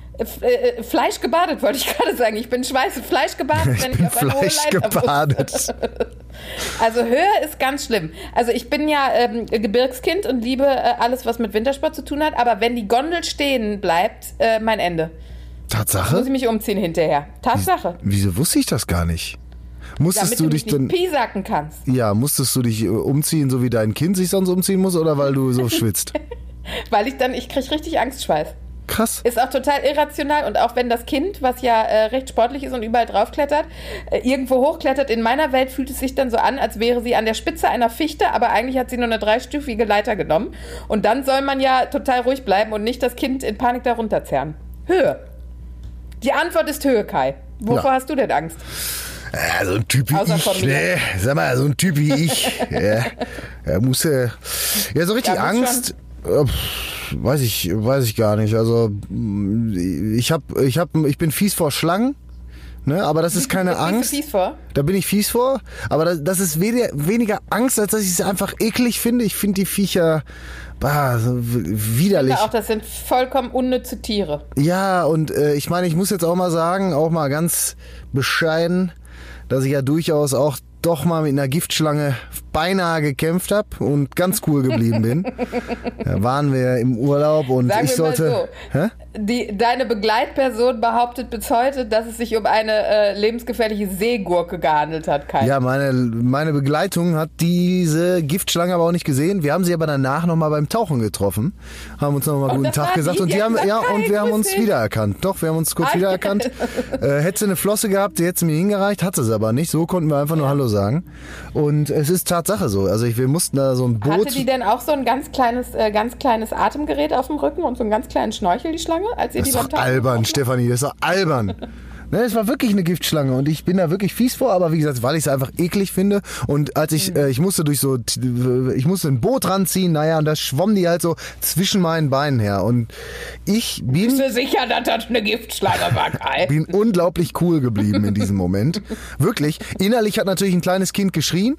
[SPEAKER 2] F äh, Fleisch gebadet, wollte ich gerade sagen. Ich bin Schweiß, Fleisch gebadet, wenn ich auf eine hohe
[SPEAKER 1] Fleisch
[SPEAKER 2] Leiter muss.
[SPEAKER 1] gebadet.
[SPEAKER 2] Also Höhe ist ganz schlimm. Also ich bin ja ähm, Gebirgskind und liebe äh, alles, was mit Wintersport zu tun hat. Aber wenn die Gondel stehen bleibt, äh, mein Ende.
[SPEAKER 1] Tatsache?
[SPEAKER 2] Muss ich mich umziehen hinterher. Tatsache.
[SPEAKER 1] Wieso wusste ich das gar nicht? Musstest
[SPEAKER 2] Damit
[SPEAKER 1] du
[SPEAKER 2] du
[SPEAKER 1] dich
[SPEAKER 2] mich
[SPEAKER 1] dann...
[SPEAKER 2] nicht piesacken kannst.
[SPEAKER 1] Ja, musstest du dich äh, umziehen, so wie dein Kind sich sonst umziehen muss, oder weil du so schwitzt?
[SPEAKER 2] Weil ich dann, ich kriege richtig Angstschweiß.
[SPEAKER 1] Krass.
[SPEAKER 2] Ist auch total irrational und auch wenn das Kind, was ja äh, recht sportlich ist und überall draufklettert, äh, irgendwo hochklettert, in meiner Welt fühlt es sich dann so an, als wäre sie an der Spitze einer Fichte, aber eigentlich hat sie nur eine dreistufige Leiter genommen. Und dann soll man ja total ruhig bleiben und nicht das Kind in Panik da runterzerren. Höhe. Die Antwort ist Höhe, Kai. Wovor
[SPEAKER 1] Ja.
[SPEAKER 2] hast du denn Angst?
[SPEAKER 1] Ja, so ein Typ wie
[SPEAKER 2] Außer von
[SPEAKER 1] ich,
[SPEAKER 2] mir.
[SPEAKER 1] ne? Sag mal, so ein Typ wie ich, ja, er muss, äh, ja, so richtig
[SPEAKER 2] Ja, muss
[SPEAKER 1] Angst, äh, pff, weiß ich, weiß ich gar nicht. Also, mh, ich hab, ich hab, ich bin fies vor Schlangen, ne? Aber das ist keine
[SPEAKER 2] Bist du
[SPEAKER 1] Angst.
[SPEAKER 2] fies vor?
[SPEAKER 1] Da bin ich fies vor, aber das, das ist weniger, weniger Angst, als dass ich es einfach eklig finde. Ich finde die Viecher, bah, so widerlich.
[SPEAKER 2] Ja, auch das sind vollkommen unnütze Tiere.
[SPEAKER 1] Ja, und äh, ich meine, ich muss jetzt auch mal sagen, auch mal ganz bescheiden, dass ich ja durchaus auch doch mal mit einer Giftschlange beinahe gekämpft habe und ganz cool geblieben bin. Da waren wir im Urlaub und
[SPEAKER 2] Sagen
[SPEAKER 1] ich
[SPEAKER 2] wir
[SPEAKER 1] sollte...
[SPEAKER 2] mal so,
[SPEAKER 1] Hä?
[SPEAKER 2] die, deine Begleitperson behauptet bis heute, dass es sich um eine äh, lebensgefährliche Seegurke gehandelt hat, Kai.
[SPEAKER 1] Ja, meine, meine Begleitung hat diese Giftschlange aber auch nicht gesehen. Wir haben sie aber danach nochmal beim Tauchen getroffen, haben uns nochmal guten
[SPEAKER 2] das
[SPEAKER 1] Tag
[SPEAKER 2] war
[SPEAKER 1] gesagt
[SPEAKER 2] die,
[SPEAKER 1] und
[SPEAKER 2] die
[SPEAKER 1] die
[SPEAKER 2] hat
[SPEAKER 1] haben,
[SPEAKER 2] gesagt,
[SPEAKER 1] ja, und
[SPEAKER 2] "Hi,
[SPEAKER 1] wir haben
[SPEAKER 2] grüß
[SPEAKER 1] uns
[SPEAKER 2] dich."
[SPEAKER 1] wiedererkannt. Doch, wir haben uns kurz
[SPEAKER 2] Ah,
[SPEAKER 1] wiedererkannt. Äh, hätte sie eine Flosse gehabt, die hätte sie mir hingereicht, hat sie es aber nicht. So konnten wir einfach nur Hallo sagen. Und es ist Tatsache so. Also ich, wir mussten da so ein Boot...
[SPEAKER 2] Hatte die denn auch so ein ganz kleines, äh, ganz kleines Atemgerät auf dem Rücken und so einen ganz kleinen Schnorchel, die Schlange, als ihr
[SPEAKER 1] Das
[SPEAKER 2] die
[SPEAKER 1] ist
[SPEAKER 2] beim
[SPEAKER 1] doch
[SPEAKER 2] Tauchen
[SPEAKER 1] albern,
[SPEAKER 2] getroffen
[SPEAKER 1] Stefanie, das ist doch albern. Ne, es war wirklich eine Giftschlange und ich bin da wirklich fies vor, aber wie gesagt, weil ich es einfach eklig finde und als ich, äh, ich musste durch so, ich musste ein Boot ranziehen, naja, und da schwamm die halt so zwischen meinen Beinen her und ich bin,
[SPEAKER 2] Bist du sicher, dass das eine Giftschlange war, Kai?
[SPEAKER 1] bin unglaublich cool geblieben in diesem Moment. Wirklich. Innerlich hat natürlich ein kleines Kind geschrien,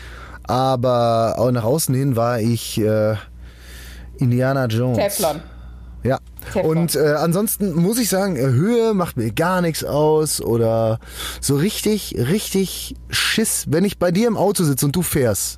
[SPEAKER 1] aber auch nach außen hin war ich äh, Indiana Jones.
[SPEAKER 2] Teflon.
[SPEAKER 1] Ja,
[SPEAKER 2] Teflon.
[SPEAKER 1] und äh, ansonsten muss ich sagen, äh, Höhe macht mir gar nichts aus oder so richtig, richtig Schiss, wenn ich bei dir im Auto sitze und du fährst.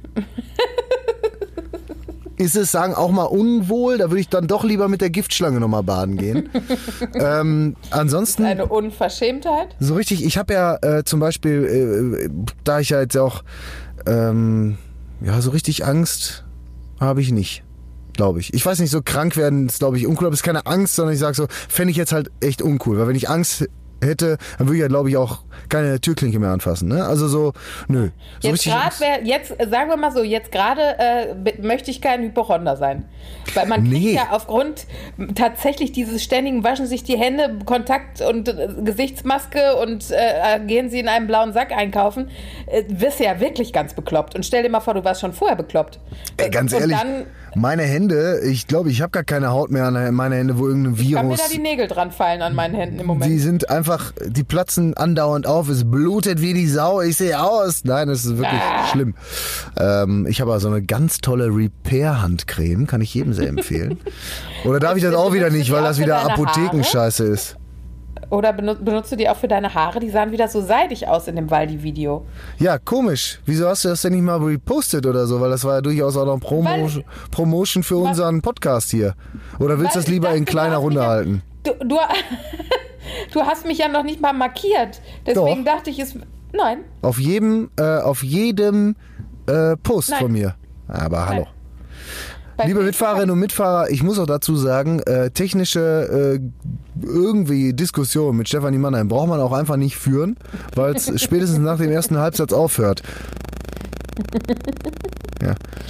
[SPEAKER 1] Ist es, sagen, auch mal unwohl, da würde ich dann doch lieber mit der Giftschlange nochmal baden gehen. ähm, ansonsten,
[SPEAKER 2] Eine Unverschämtheit.
[SPEAKER 1] so richtig, ich habe ja äh, zum Beispiel, äh, da ich ja jetzt auch, ähm, ja, so richtig Angst habe ich nicht. Glaube ich. Ich weiß nicht, so krank werden ist, glaube ich, uncool, aber es ist keine Angst, sondern ich sage so, fände ich jetzt halt echt uncool. Weil wenn ich Angst hätte, dann würde ich ja, glaube ich, auch keine Türklinke mehr anfassen. Ne? Also so, nö. So
[SPEAKER 2] Jetzt
[SPEAKER 1] richtig
[SPEAKER 2] gerade
[SPEAKER 1] Angst-
[SPEAKER 2] wäre, jetzt äh, sagen wir mal so, jetzt gerade äh, be- möchte ich kein Hypochonder sein. Weil man kriegt
[SPEAKER 1] Nee.
[SPEAKER 2] ja aufgrund tatsächlich dieses ständigen Waschen sich die Hände, Kontakt und äh, Gesichtsmaske und äh, gehen sie in einem blauen Sack einkaufen, äh, wirst du ja wirklich ganz bekloppt. Und stell dir mal vor, du warst schon vorher bekloppt.
[SPEAKER 1] Ey, ganz
[SPEAKER 2] und
[SPEAKER 1] ehrlich,
[SPEAKER 2] dann
[SPEAKER 1] meine Hände, ich glaube, ich habe gar keine Haut mehr an meine Hände, wo irgendein
[SPEAKER 2] kann mir
[SPEAKER 1] Virus...
[SPEAKER 2] da die Nägel dran fallen an meinen Händen im Moment.
[SPEAKER 1] Die sind einfach, die platzen andauernd auf, es blutet wie die Sau, ich sehe aus. Nein, das ist wirklich
[SPEAKER 2] Ah.
[SPEAKER 1] schlimm. Ähm, ich habe aber so eine ganz tolle Repair-Handcreme, kann ich jedem sehr empfehlen. Oder darf ich das auch wieder
[SPEAKER 2] Benutzt du
[SPEAKER 1] nicht,
[SPEAKER 2] die
[SPEAKER 1] weil
[SPEAKER 2] auch
[SPEAKER 1] das
[SPEAKER 2] für
[SPEAKER 1] wieder
[SPEAKER 2] deine
[SPEAKER 1] Apothekenscheiße ist.
[SPEAKER 2] Oder benut- benutzt du die auch für deine Haare? Die sahen wieder so seidig aus in dem Waldi-Video.
[SPEAKER 1] Ja, komisch. Wieso hast du das denn nicht mal repostet oder so? Weil das war ja durchaus auch noch Promo
[SPEAKER 2] Weil-
[SPEAKER 1] Promotion für unseren Podcast hier. Oder willst du
[SPEAKER 2] Weil
[SPEAKER 1] das lieber
[SPEAKER 2] ich
[SPEAKER 1] in
[SPEAKER 2] dachte,
[SPEAKER 1] kleiner
[SPEAKER 2] du hast
[SPEAKER 1] Runde
[SPEAKER 2] mich ja-
[SPEAKER 1] halten?
[SPEAKER 2] Du, du, du hast mich ja noch nicht mal markiert. Deswegen
[SPEAKER 1] Doch.
[SPEAKER 2] dachte ich, es. Nein.
[SPEAKER 1] Auf jedem, äh, auf jedem äh, Post
[SPEAKER 2] Nein.
[SPEAKER 1] von mir. Aber hallo.
[SPEAKER 2] Bei
[SPEAKER 1] Liebe
[SPEAKER 2] mir-
[SPEAKER 1] Mitfahrerinnen und Mitfahrer, ich muss auch dazu sagen, äh, technische äh, irgendwie Diskussionen mit Stefanie Mannheim braucht man auch einfach nicht führen, weil es spätestens nach dem ersten Halbsatz aufhört. Ja.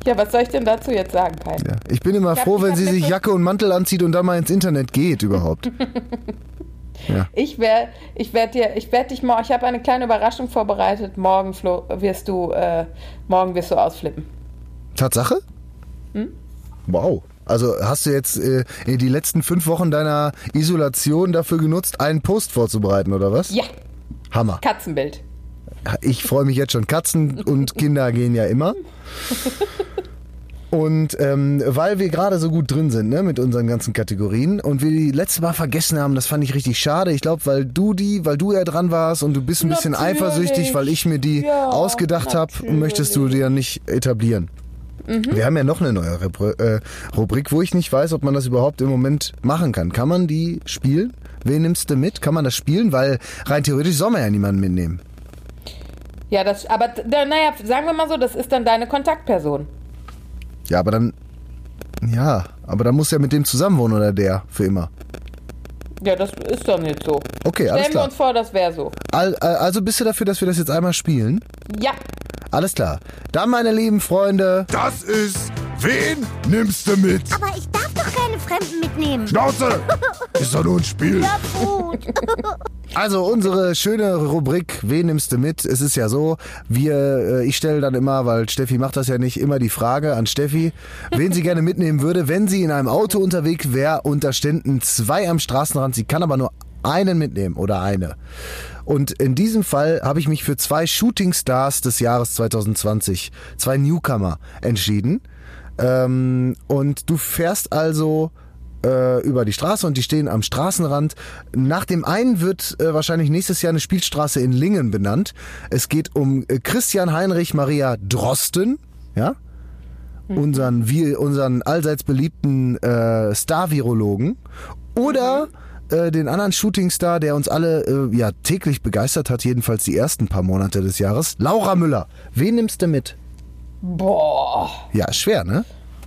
[SPEAKER 2] Ja, was soll ich denn dazu jetzt sagen, Kai?
[SPEAKER 1] Ja. Ich bin immer
[SPEAKER 2] Ich hab-
[SPEAKER 1] froh,
[SPEAKER 2] ich
[SPEAKER 1] wenn
[SPEAKER 2] hab
[SPEAKER 1] sie
[SPEAKER 2] mir
[SPEAKER 1] sich
[SPEAKER 2] so-
[SPEAKER 1] Jacke und Mantel anzieht und dann mal ins Internet geht überhaupt. Ja.
[SPEAKER 2] Ich werde ich werd dir, ich werde dich morgen, ich habe eine kleine Überraschung vorbereitet. Morgen, Flo, wirst du, äh, morgen wirst du ausflippen.
[SPEAKER 1] Tatsache?
[SPEAKER 2] Hm?
[SPEAKER 1] Wow. Also hast du jetzt äh, die letzten fünf Wochen deiner Isolation dafür genutzt, einen Post vorzubereiten, oder was?
[SPEAKER 2] Ja,
[SPEAKER 1] Hammer.
[SPEAKER 2] Katzenbild.
[SPEAKER 1] Ich freue mich jetzt schon. Katzen und Kinder gehen ja immer. Und ähm, weil wir gerade so gut drin sind, ne, mit unseren ganzen Kategorien und wir die letzte Mal vergessen haben, das fand ich richtig schade. Ich glaube, weil du die, weil du ja dran warst und du bist ein bisschen
[SPEAKER 2] Natürlich.
[SPEAKER 1] eifersüchtig, weil ich mir die
[SPEAKER 2] Ja,
[SPEAKER 1] ausgedacht habe, möchtest du die ja nicht etablieren.
[SPEAKER 2] Mhm.
[SPEAKER 1] Wir haben ja noch eine neue Rubri- äh, Rubrik, wo ich nicht weiß, ob man das überhaupt im Moment machen kann. Kann man die spielen? Wen nimmst du mit? Kann man das spielen? Weil rein theoretisch soll man ja niemanden mitnehmen.
[SPEAKER 2] Ja, das, aber d- naja, sagen wir mal so, das ist dann deine Kontaktperson.
[SPEAKER 1] Ja, aber dann, ja, aber dann muss ja mit dem zusammenwohnen oder der für immer.
[SPEAKER 2] Ja, das ist doch nicht so.
[SPEAKER 1] Okay, alles
[SPEAKER 2] Stellen wir
[SPEAKER 1] klar.
[SPEAKER 2] uns vor, das wäre so.
[SPEAKER 1] Al- äh, Also bist du dafür, dass wir das jetzt einmal spielen?
[SPEAKER 2] Ja,
[SPEAKER 1] Alles klar. Dann, meine lieben Freunde,
[SPEAKER 4] Das ist, wen nimmst du mit?
[SPEAKER 5] Aber ich darf doch keine Fremden mitnehmen.
[SPEAKER 4] Schnauze! Ist doch nur ein Spiel.
[SPEAKER 5] Ja, gut.
[SPEAKER 1] also unsere schöne Rubrik, wen nimmst du mit? Es ist ja so, wir, äh, ich stelle dann immer, weil Steffi macht das ja nicht, immer die Frage an Steffi, wen sie gerne mitnehmen würde, wenn sie in einem Auto unterwegs wäre und da ständen zwei am Straßenrand, sie kann aber nur einen mitnehmen oder eine. Und in diesem Fall habe ich mich für zwei Shooting Stars des Jahres zwanzig zwanzig, zwei Newcomer, entschieden. Ähm, und du fährst also äh, über die Straße und die stehen am Straßenrand. Nach dem einen wird äh, wahrscheinlich nächstes Jahr eine Spielstraße in Lingen benannt. Es geht um äh, Christian Heinrich Maria Drosten, ja? Unseren, wie, unseren allseits beliebten äh, Star-Virologen. Oder äh, den anderen Shootingstar, der uns alle äh, ja täglich begeistert hat, jedenfalls die ersten paar Monate des Jahres, Laura Müller. Wen nimmst du mit?
[SPEAKER 2] boah.
[SPEAKER 1] Ja, ist schwer, ne?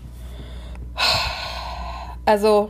[SPEAKER 2] Also,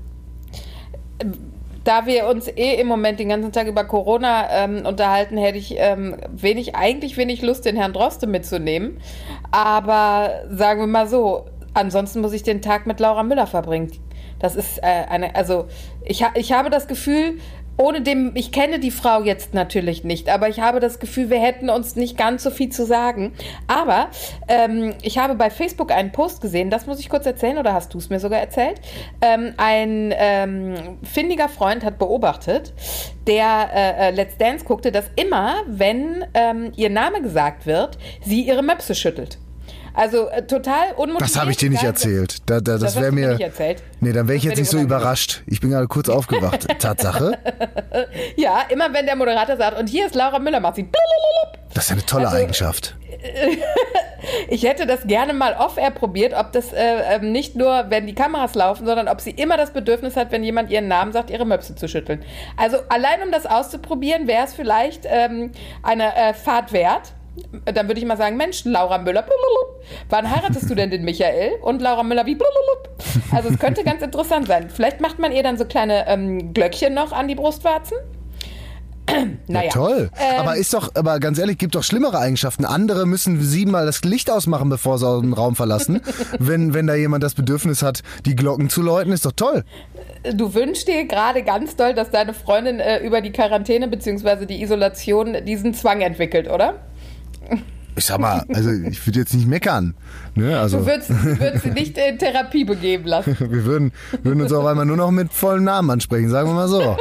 [SPEAKER 2] da wir uns eh im Moment den ganzen Tag über Corona ähm, unterhalten, hätte ich ähm, wenig, eigentlich wenig Lust, den Herrn Droste mitzunehmen. Aber sagen wir mal so, ansonsten muss ich den Tag mit Laura Müller verbringen. Das ist äh, eine, also ich, ha, ich habe das Gefühl, ohne dem, ich kenne die Frau jetzt natürlich nicht, aber ich habe das Gefühl, wir hätten uns nicht ganz so viel zu sagen. Aber ähm, ich habe bei Facebook einen Post gesehen, das muss ich kurz erzählen, oder hast du es mir sogar erzählt? Ähm, ein ähm, findiger Freund hat beobachtet, der äh, Let's Dance guckte, dass immer, wenn ähm, ihr Name gesagt wird, sie ihre Möpse schüttelt. Also äh, total unmotiviert.
[SPEAKER 1] Das habe ich dir nicht
[SPEAKER 2] egal-
[SPEAKER 1] erzählt. Da, da, das
[SPEAKER 2] Das hast
[SPEAKER 1] wäre
[SPEAKER 2] du mir
[SPEAKER 1] mir.
[SPEAKER 2] nicht erzählt.
[SPEAKER 1] Nee, dann wäre ich
[SPEAKER 2] Das
[SPEAKER 1] jetzt
[SPEAKER 2] wär
[SPEAKER 1] nicht so
[SPEAKER 2] dir unangenehm.
[SPEAKER 1] überrascht. Ich bin gerade kurz aufgewacht. Tatsache?
[SPEAKER 2] Ja, immer wenn der Moderator sagt, und hier ist Laura Müller, macht sie blablabla.
[SPEAKER 1] Das ist ja eine tolle
[SPEAKER 2] Also,
[SPEAKER 1] Eigenschaft.
[SPEAKER 2] Ich hätte das gerne mal off-air probiert, ob das äh, ähm, nicht nur, wenn die Kameras laufen, sondern ob sie immer das Bedürfnis hat, wenn jemand ihren Namen sagt, ihre Möpse zu schütteln. Also allein um das auszuprobieren, wäre es vielleicht ähm, eine äh, Fahrt wert. Dann würde ich mal sagen, Mensch, Laura Müller, blablabla. Wann heiratest du denn den Michael? Und Laura Müller wie blablabla. Also es könnte ganz interessant sein. Vielleicht macht man ihr dann so kleine ähm, Glöckchen noch an die Brustwarzen. Naja.
[SPEAKER 1] Ja, toll.
[SPEAKER 2] Ähm,
[SPEAKER 1] aber ist doch, aber ganz ehrlich, gibt doch schlimmere Eigenschaften. Andere müssen siebenmal das Licht ausmachen, bevor sie den Raum verlassen. wenn, wenn da jemand das Bedürfnis hat, die Glocken zu läuten, ist doch toll.
[SPEAKER 2] Du wünschst dir gerade ganz doll, dass deine Freundin äh, über die Quarantäne bzw. die Isolation diesen Zwang entwickelt, oder?
[SPEAKER 1] Ich sag mal, also ich würde jetzt nicht meckern. Ne? Also,
[SPEAKER 2] Du würdest, du würdest sie nicht in Therapie begeben lassen.
[SPEAKER 1] wir würden, würden uns auf einmal nur noch mit vollem Namen ansprechen, sagen wir mal so.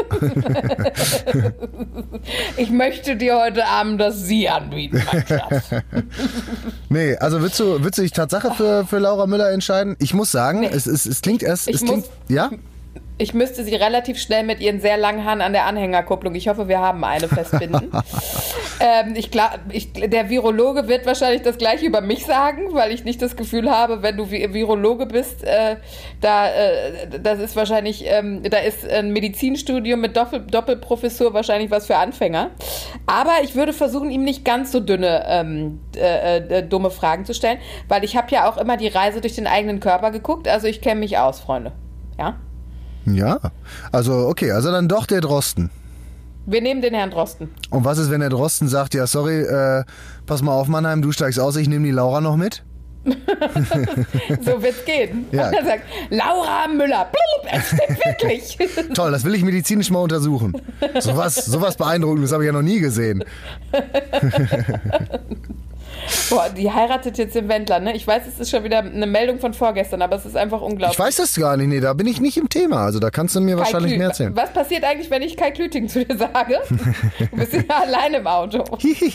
[SPEAKER 2] Ich möchte dir heute Abend das Sie anbieten, mein Schatz.
[SPEAKER 1] Nee, also würdest du, würdest du dich Tatsache für, für Laura Müller entscheiden? Ich muss sagen, es, es, es klingt erst,
[SPEAKER 2] Ich
[SPEAKER 1] es klingt,
[SPEAKER 2] muss-
[SPEAKER 1] ja?
[SPEAKER 2] Ich müsste sie relativ schnell mit ihren sehr langen Haaren an der Anhängerkupplung, ich hoffe, wir haben eine, festbinden. ähm, ich glaub, ich, der Virologe wird wahrscheinlich das Gleiche über mich sagen, weil ich nicht das Gefühl habe, wenn du Vi- Virologe bist, äh, da, äh, das ist wahrscheinlich, ähm, da ist ein Medizinstudium mit Doppel, Doppelprofessur wahrscheinlich was für Anfänger. Aber ich würde versuchen, ihm nicht ganz so dünne, ähm, äh, äh, dumme Fragen zu stellen, weil ich habe ja auch immer die Reise durch den eigenen Körper geguckt, also ich kenne mich aus, Freunde. Ja?
[SPEAKER 1] Ja. Also, okay, also dann doch der Drosten.
[SPEAKER 2] Wir nehmen den Herrn Drosten.
[SPEAKER 1] Und was ist, wenn der Drosten sagt, ja, sorry, äh, pass mal auf, Mannheim, du steigst aus, ich nehme die Laura noch mit?
[SPEAKER 2] So wird's gehen.
[SPEAKER 1] Ja.
[SPEAKER 2] Und er sagt, Laura Müller, blub, es stimmt wirklich.
[SPEAKER 1] Toll, das will ich medizinisch mal untersuchen. Sowas, sowas Beeindruckendes habe ich ja noch nie gesehen.
[SPEAKER 2] Boah, die heiratet jetzt den Wendler, ne? Ich weiß, es ist schon wieder eine Meldung von vorgestern, aber es ist einfach unglaublich.
[SPEAKER 1] Ich weiß das gar nicht, nee, da bin ich nicht im Thema. Also da kannst du mir
[SPEAKER 2] Kai
[SPEAKER 1] wahrscheinlich
[SPEAKER 2] Klü-
[SPEAKER 1] mehr erzählen.
[SPEAKER 2] Was passiert eigentlich, wenn ich Kai Klüting zu dir sage? Du bist ja allein im Auto.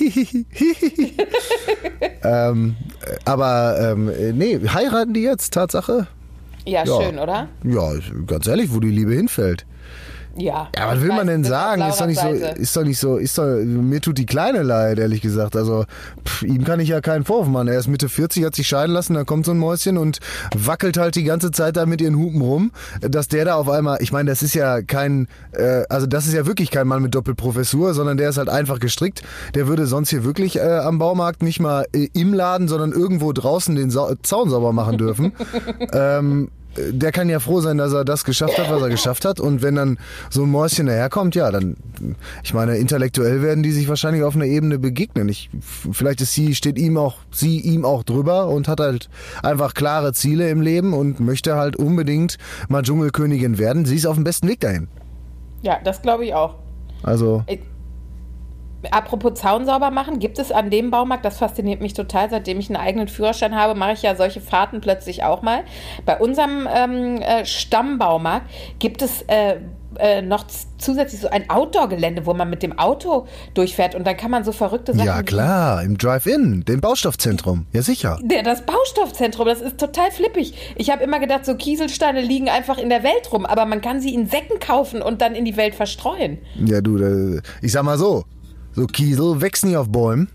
[SPEAKER 1] ähm, aber ähm, nee, heiraten die jetzt, Tatsache?
[SPEAKER 2] Ja,
[SPEAKER 1] Ja.
[SPEAKER 2] schön, oder?
[SPEAKER 1] Ja, ganz ehrlich, wo die Liebe hinfällt.
[SPEAKER 2] Ja.
[SPEAKER 1] Ja, was will man denn
[SPEAKER 2] Meistens
[SPEAKER 1] sagen?
[SPEAKER 2] auf
[SPEAKER 1] Ist doch nicht so,
[SPEAKER 2] Lauras Seite.
[SPEAKER 1] ist doch nicht so, ist doch, mir tut die Kleine leid, ehrlich gesagt. Also, pff, ihm kann ich ja keinen Vorwurf machen. Er ist Mitte vierzig, hat sich scheiden lassen, da kommt so ein Mäuschen und wackelt halt die ganze Zeit da mit ihren Hupen rum. Dass der da auf einmal, ich meine, das ist ja kein, äh, also das ist ja wirklich kein Mann mit Doppelprofessur, sondern der ist halt einfach gestrickt. Der würde sonst hier wirklich äh, am Baumarkt nicht mal äh, im Laden, sondern irgendwo draußen den Sa- Zaun sauber machen dürfen. ähm, Der kann ja froh sein, dass er das geschafft hat, was er geschafft hat. Und wenn dann so ein Mäuschen daherkommt, ja, dann, ich meine, intellektuell werden die sich wahrscheinlich auf einer Ebene begegnen. Ich, vielleicht ist sie, steht ihm auch, sie ihm auch drüber und hat halt einfach klare Ziele im Leben und möchte halt unbedingt mal Dschungelkönigin werden. Sie ist auf dem besten Weg dahin.
[SPEAKER 2] Ja, das glaube ich auch.
[SPEAKER 1] Also,
[SPEAKER 2] Ich- Apropos Zaun sauber machen, gibt es an dem Baumarkt, das fasziniert mich total, seitdem ich einen eigenen Führerschein habe, mache ich ja solche Fahrten plötzlich auch mal. Bei unserem ähm, äh, Stammbaumarkt gibt es äh, äh, noch z- zusätzlich so ein Outdoor-Gelände, wo man mit dem Auto durchfährt und dann kann man so verrückte Sachen...
[SPEAKER 1] ja klar, im Drive-In, dem Baustoffzentrum. Ja, sicher.
[SPEAKER 2] Der, das Baustoffzentrum, das ist total flippig. Ich habe immer gedacht, so Kieselsteine liegen einfach in der Welt rum, aber man kann sie in Säcken kaufen und dann in die Welt verstreuen.
[SPEAKER 1] Ja, du, äh, ich sag mal so, so Kiesel wächst nie auf Bäumen.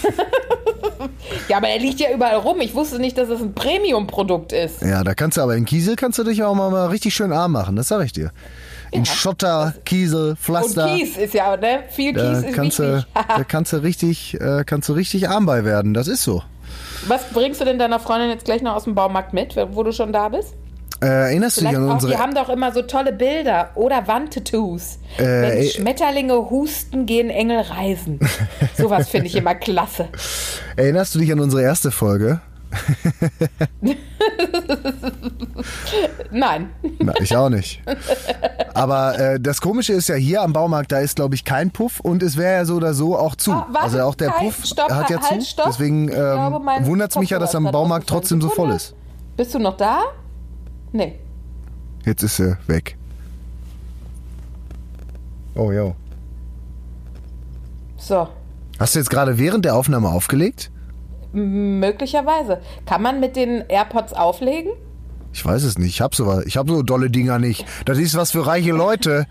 [SPEAKER 2] Ja, aber er liegt ja überall rum. Ich wusste nicht, dass es ein Premium-Produkt ist.
[SPEAKER 1] Ja, da kannst du aber in Kiesel kannst du dich auch mal, mal richtig schön arm machen, das sag ich dir. In
[SPEAKER 2] Ja.
[SPEAKER 1] Schotter, Kiesel,
[SPEAKER 2] Und
[SPEAKER 1] Pflaster.
[SPEAKER 2] Kies ist ja, ne? Viel
[SPEAKER 1] Da
[SPEAKER 2] Kies ist
[SPEAKER 1] kannst, du,
[SPEAKER 2] wichtig.
[SPEAKER 1] da kannst du richtig, äh, kannst du richtig arm bei werden. Das ist so.
[SPEAKER 2] Was bringst du denn deiner Freundin jetzt gleich noch aus dem Baumarkt mit, wo du schon da bist?
[SPEAKER 1] Äh, erinnerst du dich
[SPEAKER 2] Vielleicht
[SPEAKER 1] an
[SPEAKER 2] auch,
[SPEAKER 1] unsere?
[SPEAKER 2] die haben doch immer so tolle Bilder oder Wandtattoos.
[SPEAKER 1] Äh,
[SPEAKER 2] Wenn
[SPEAKER 1] ey-
[SPEAKER 2] Schmetterlinge husten, gehen Engel reisen. Sowas finde ich immer klasse.
[SPEAKER 1] Erinnerst du dich an unsere erste Folge?
[SPEAKER 2] Nein.
[SPEAKER 1] Na, ich auch nicht. Aber äh, das Komische ist ja, hier am Baumarkt, da ist, glaube ich, kein Puff und es wäre ja so oder so auch zu.
[SPEAKER 2] Ah, warte,
[SPEAKER 1] also auch der
[SPEAKER 2] Kai,
[SPEAKER 1] Puff
[SPEAKER 2] stopp,
[SPEAKER 1] hat ja
[SPEAKER 2] halt,
[SPEAKER 1] zu.
[SPEAKER 2] stopp.
[SPEAKER 1] Deswegen
[SPEAKER 2] Ich glaube,
[SPEAKER 1] ähm,
[SPEAKER 2] mein
[SPEAKER 1] wundert es mich ja, dass am
[SPEAKER 2] Kopfhörer hat
[SPEAKER 1] Baumarkt
[SPEAKER 2] ausgefallen.
[SPEAKER 1] trotzdem so voll
[SPEAKER 2] Sekunde.
[SPEAKER 1] ist.
[SPEAKER 2] Bist du noch da? Nee.
[SPEAKER 1] Jetzt ist sie weg. Oh, jo.
[SPEAKER 2] So.
[SPEAKER 1] Hast du jetzt gerade während der Aufnahme aufgelegt?
[SPEAKER 2] M- Möglicherweise. Kann man mit den AirPods auflegen?
[SPEAKER 1] Ich weiß es nicht. Ich hab so, ich hab so dolle Dinger nicht. Das ist was für reiche Leute.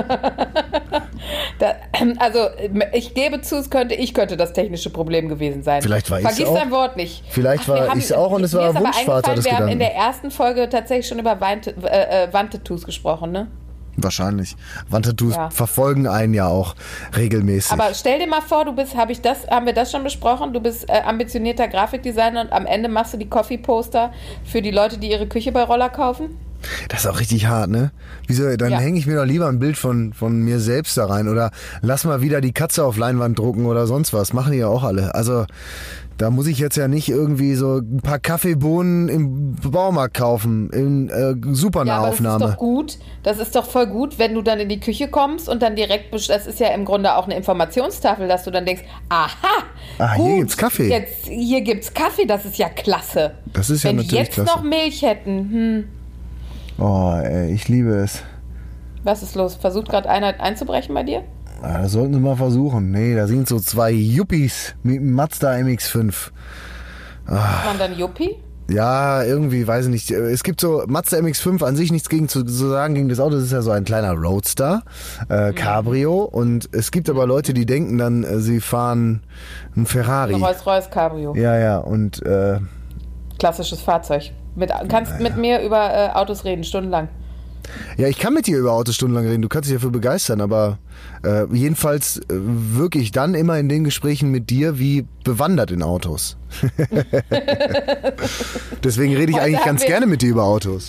[SPEAKER 2] Da, also, ich gebe zu, es könnte, ich könnte das technische Problem gewesen sein.
[SPEAKER 1] Vielleicht war ich's
[SPEAKER 2] Vergiss
[SPEAKER 1] auch.
[SPEAKER 2] dein Wort nicht.
[SPEAKER 1] Vielleicht
[SPEAKER 2] wir
[SPEAKER 1] war
[SPEAKER 2] haben-
[SPEAKER 1] ich's auch und es
[SPEAKER 2] mir
[SPEAKER 1] war
[SPEAKER 2] ist aber
[SPEAKER 1] Wunschvater
[SPEAKER 2] eingefallen,
[SPEAKER 1] des
[SPEAKER 2] Wir haben in
[SPEAKER 1] Gedanken.
[SPEAKER 2] der ersten Folge tatsächlich schon über Wand- äh, äh, Wandtattoos gesprochen, ne?
[SPEAKER 1] Wahrscheinlich. Wandtattoos
[SPEAKER 2] Ja.
[SPEAKER 1] verfolgen einen ja auch regelmäßig.
[SPEAKER 2] Aber stell dir mal vor, du bist, habe ich das, haben wir das schon besprochen? Du bist äh, ambitionierter Grafikdesigner und am Ende machst du die Coffee-Poster für die Leute, die ihre Küche bei Roller kaufen?
[SPEAKER 1] Das ist auch richtig hart, ne? Wieso, dann
[SPEAKER 2] Ja.
[SPEAKER 1] hänge ich mir doch lieber ein Bild von, von mir selbst da rein oder lass mal wieder die Katze auf Leinwand drucken oder sonst was. Machen die ja auch alle. Also da muss ich jetzt ja nicht irgendwie so ein paar Kaffeebohnen im Baumarkt kaufen, in äh, super
[SPEAKER 2] Ja, aber das ist
[SPEAKER 1] Nahaufnahme.
[SPEAKER 2] doch gut. Das ist doch voll gut, wenn du dann in die Küche kommst und dann direkt, best- das ist ja im Grunde auch eine Informationstafel, dass du dann denkst, aha,
[SPEAKER 1] Ah, hier
[SPEAKER 2] gut,
[SPEAKER 1] gibt's Kaffee.
[SPEAKER 2] Jetzt, hier gibt's Kaffee, das ist ja klasse.
[SPEAKER 1] Das ist ja
[SPEAKER 2] wenn die
[SPEAKER 1] natürlich
[SPEAKER 2] jetzt
[SPEAKER 1] klasse.
[SPEAKER 2] noch Milch hätten, hm,
[SPEAKER 1] Oh, ey, ich liebe es.
[SPEAKER 2] was ist los? Versucht gerade einer einzubrechen bei dir?
[SPEAKER 1] Ah, das sollten sie mal versuchen. Nee, da sind so zwei Yuppies mit einem Mazda M X fünf.
[SPEAKER 2] Ist man dann Juppie?
[SPEAKER 1] Ja, irgendwie, weiß ich nicht. Es gibt so Mazda M X fünf an sich nichts gegen zu, zu sagen gegen das Auto. Das ist ja so ein kleiner Roadster, äh, Cabrio. Und es gibt aber Leute, die denken dann, äh, sie fahren einen Ferrari.
[SPEAKER 2] Ein Rolls-Royce Cabrio.
[SPEAKER 1] Ja, ja. Und äh,
[SPEAKER 2] Klassisches Fahrzeug. Mit, kannst mit mir über äh, Autos reden, stundenlang.
[SPEAKER 1] ja, ich kann mit dir über Autos stundenlang reden. Du kannst dich dafür begeistern. Aber äh, jedenfalls äh, wirke ich dann immer in den Gesprächen mit dir wie bewandert in Autos. Deswegen rede ich
[SPEAKER 2] Heute
[SPEAKER 1] eigentlich
[SPEAKER 2] haben
[SPEAKER 1] ganz
[SPEAKER 2] wir-
[SPEAKER 1] gerne mit dir über Autos.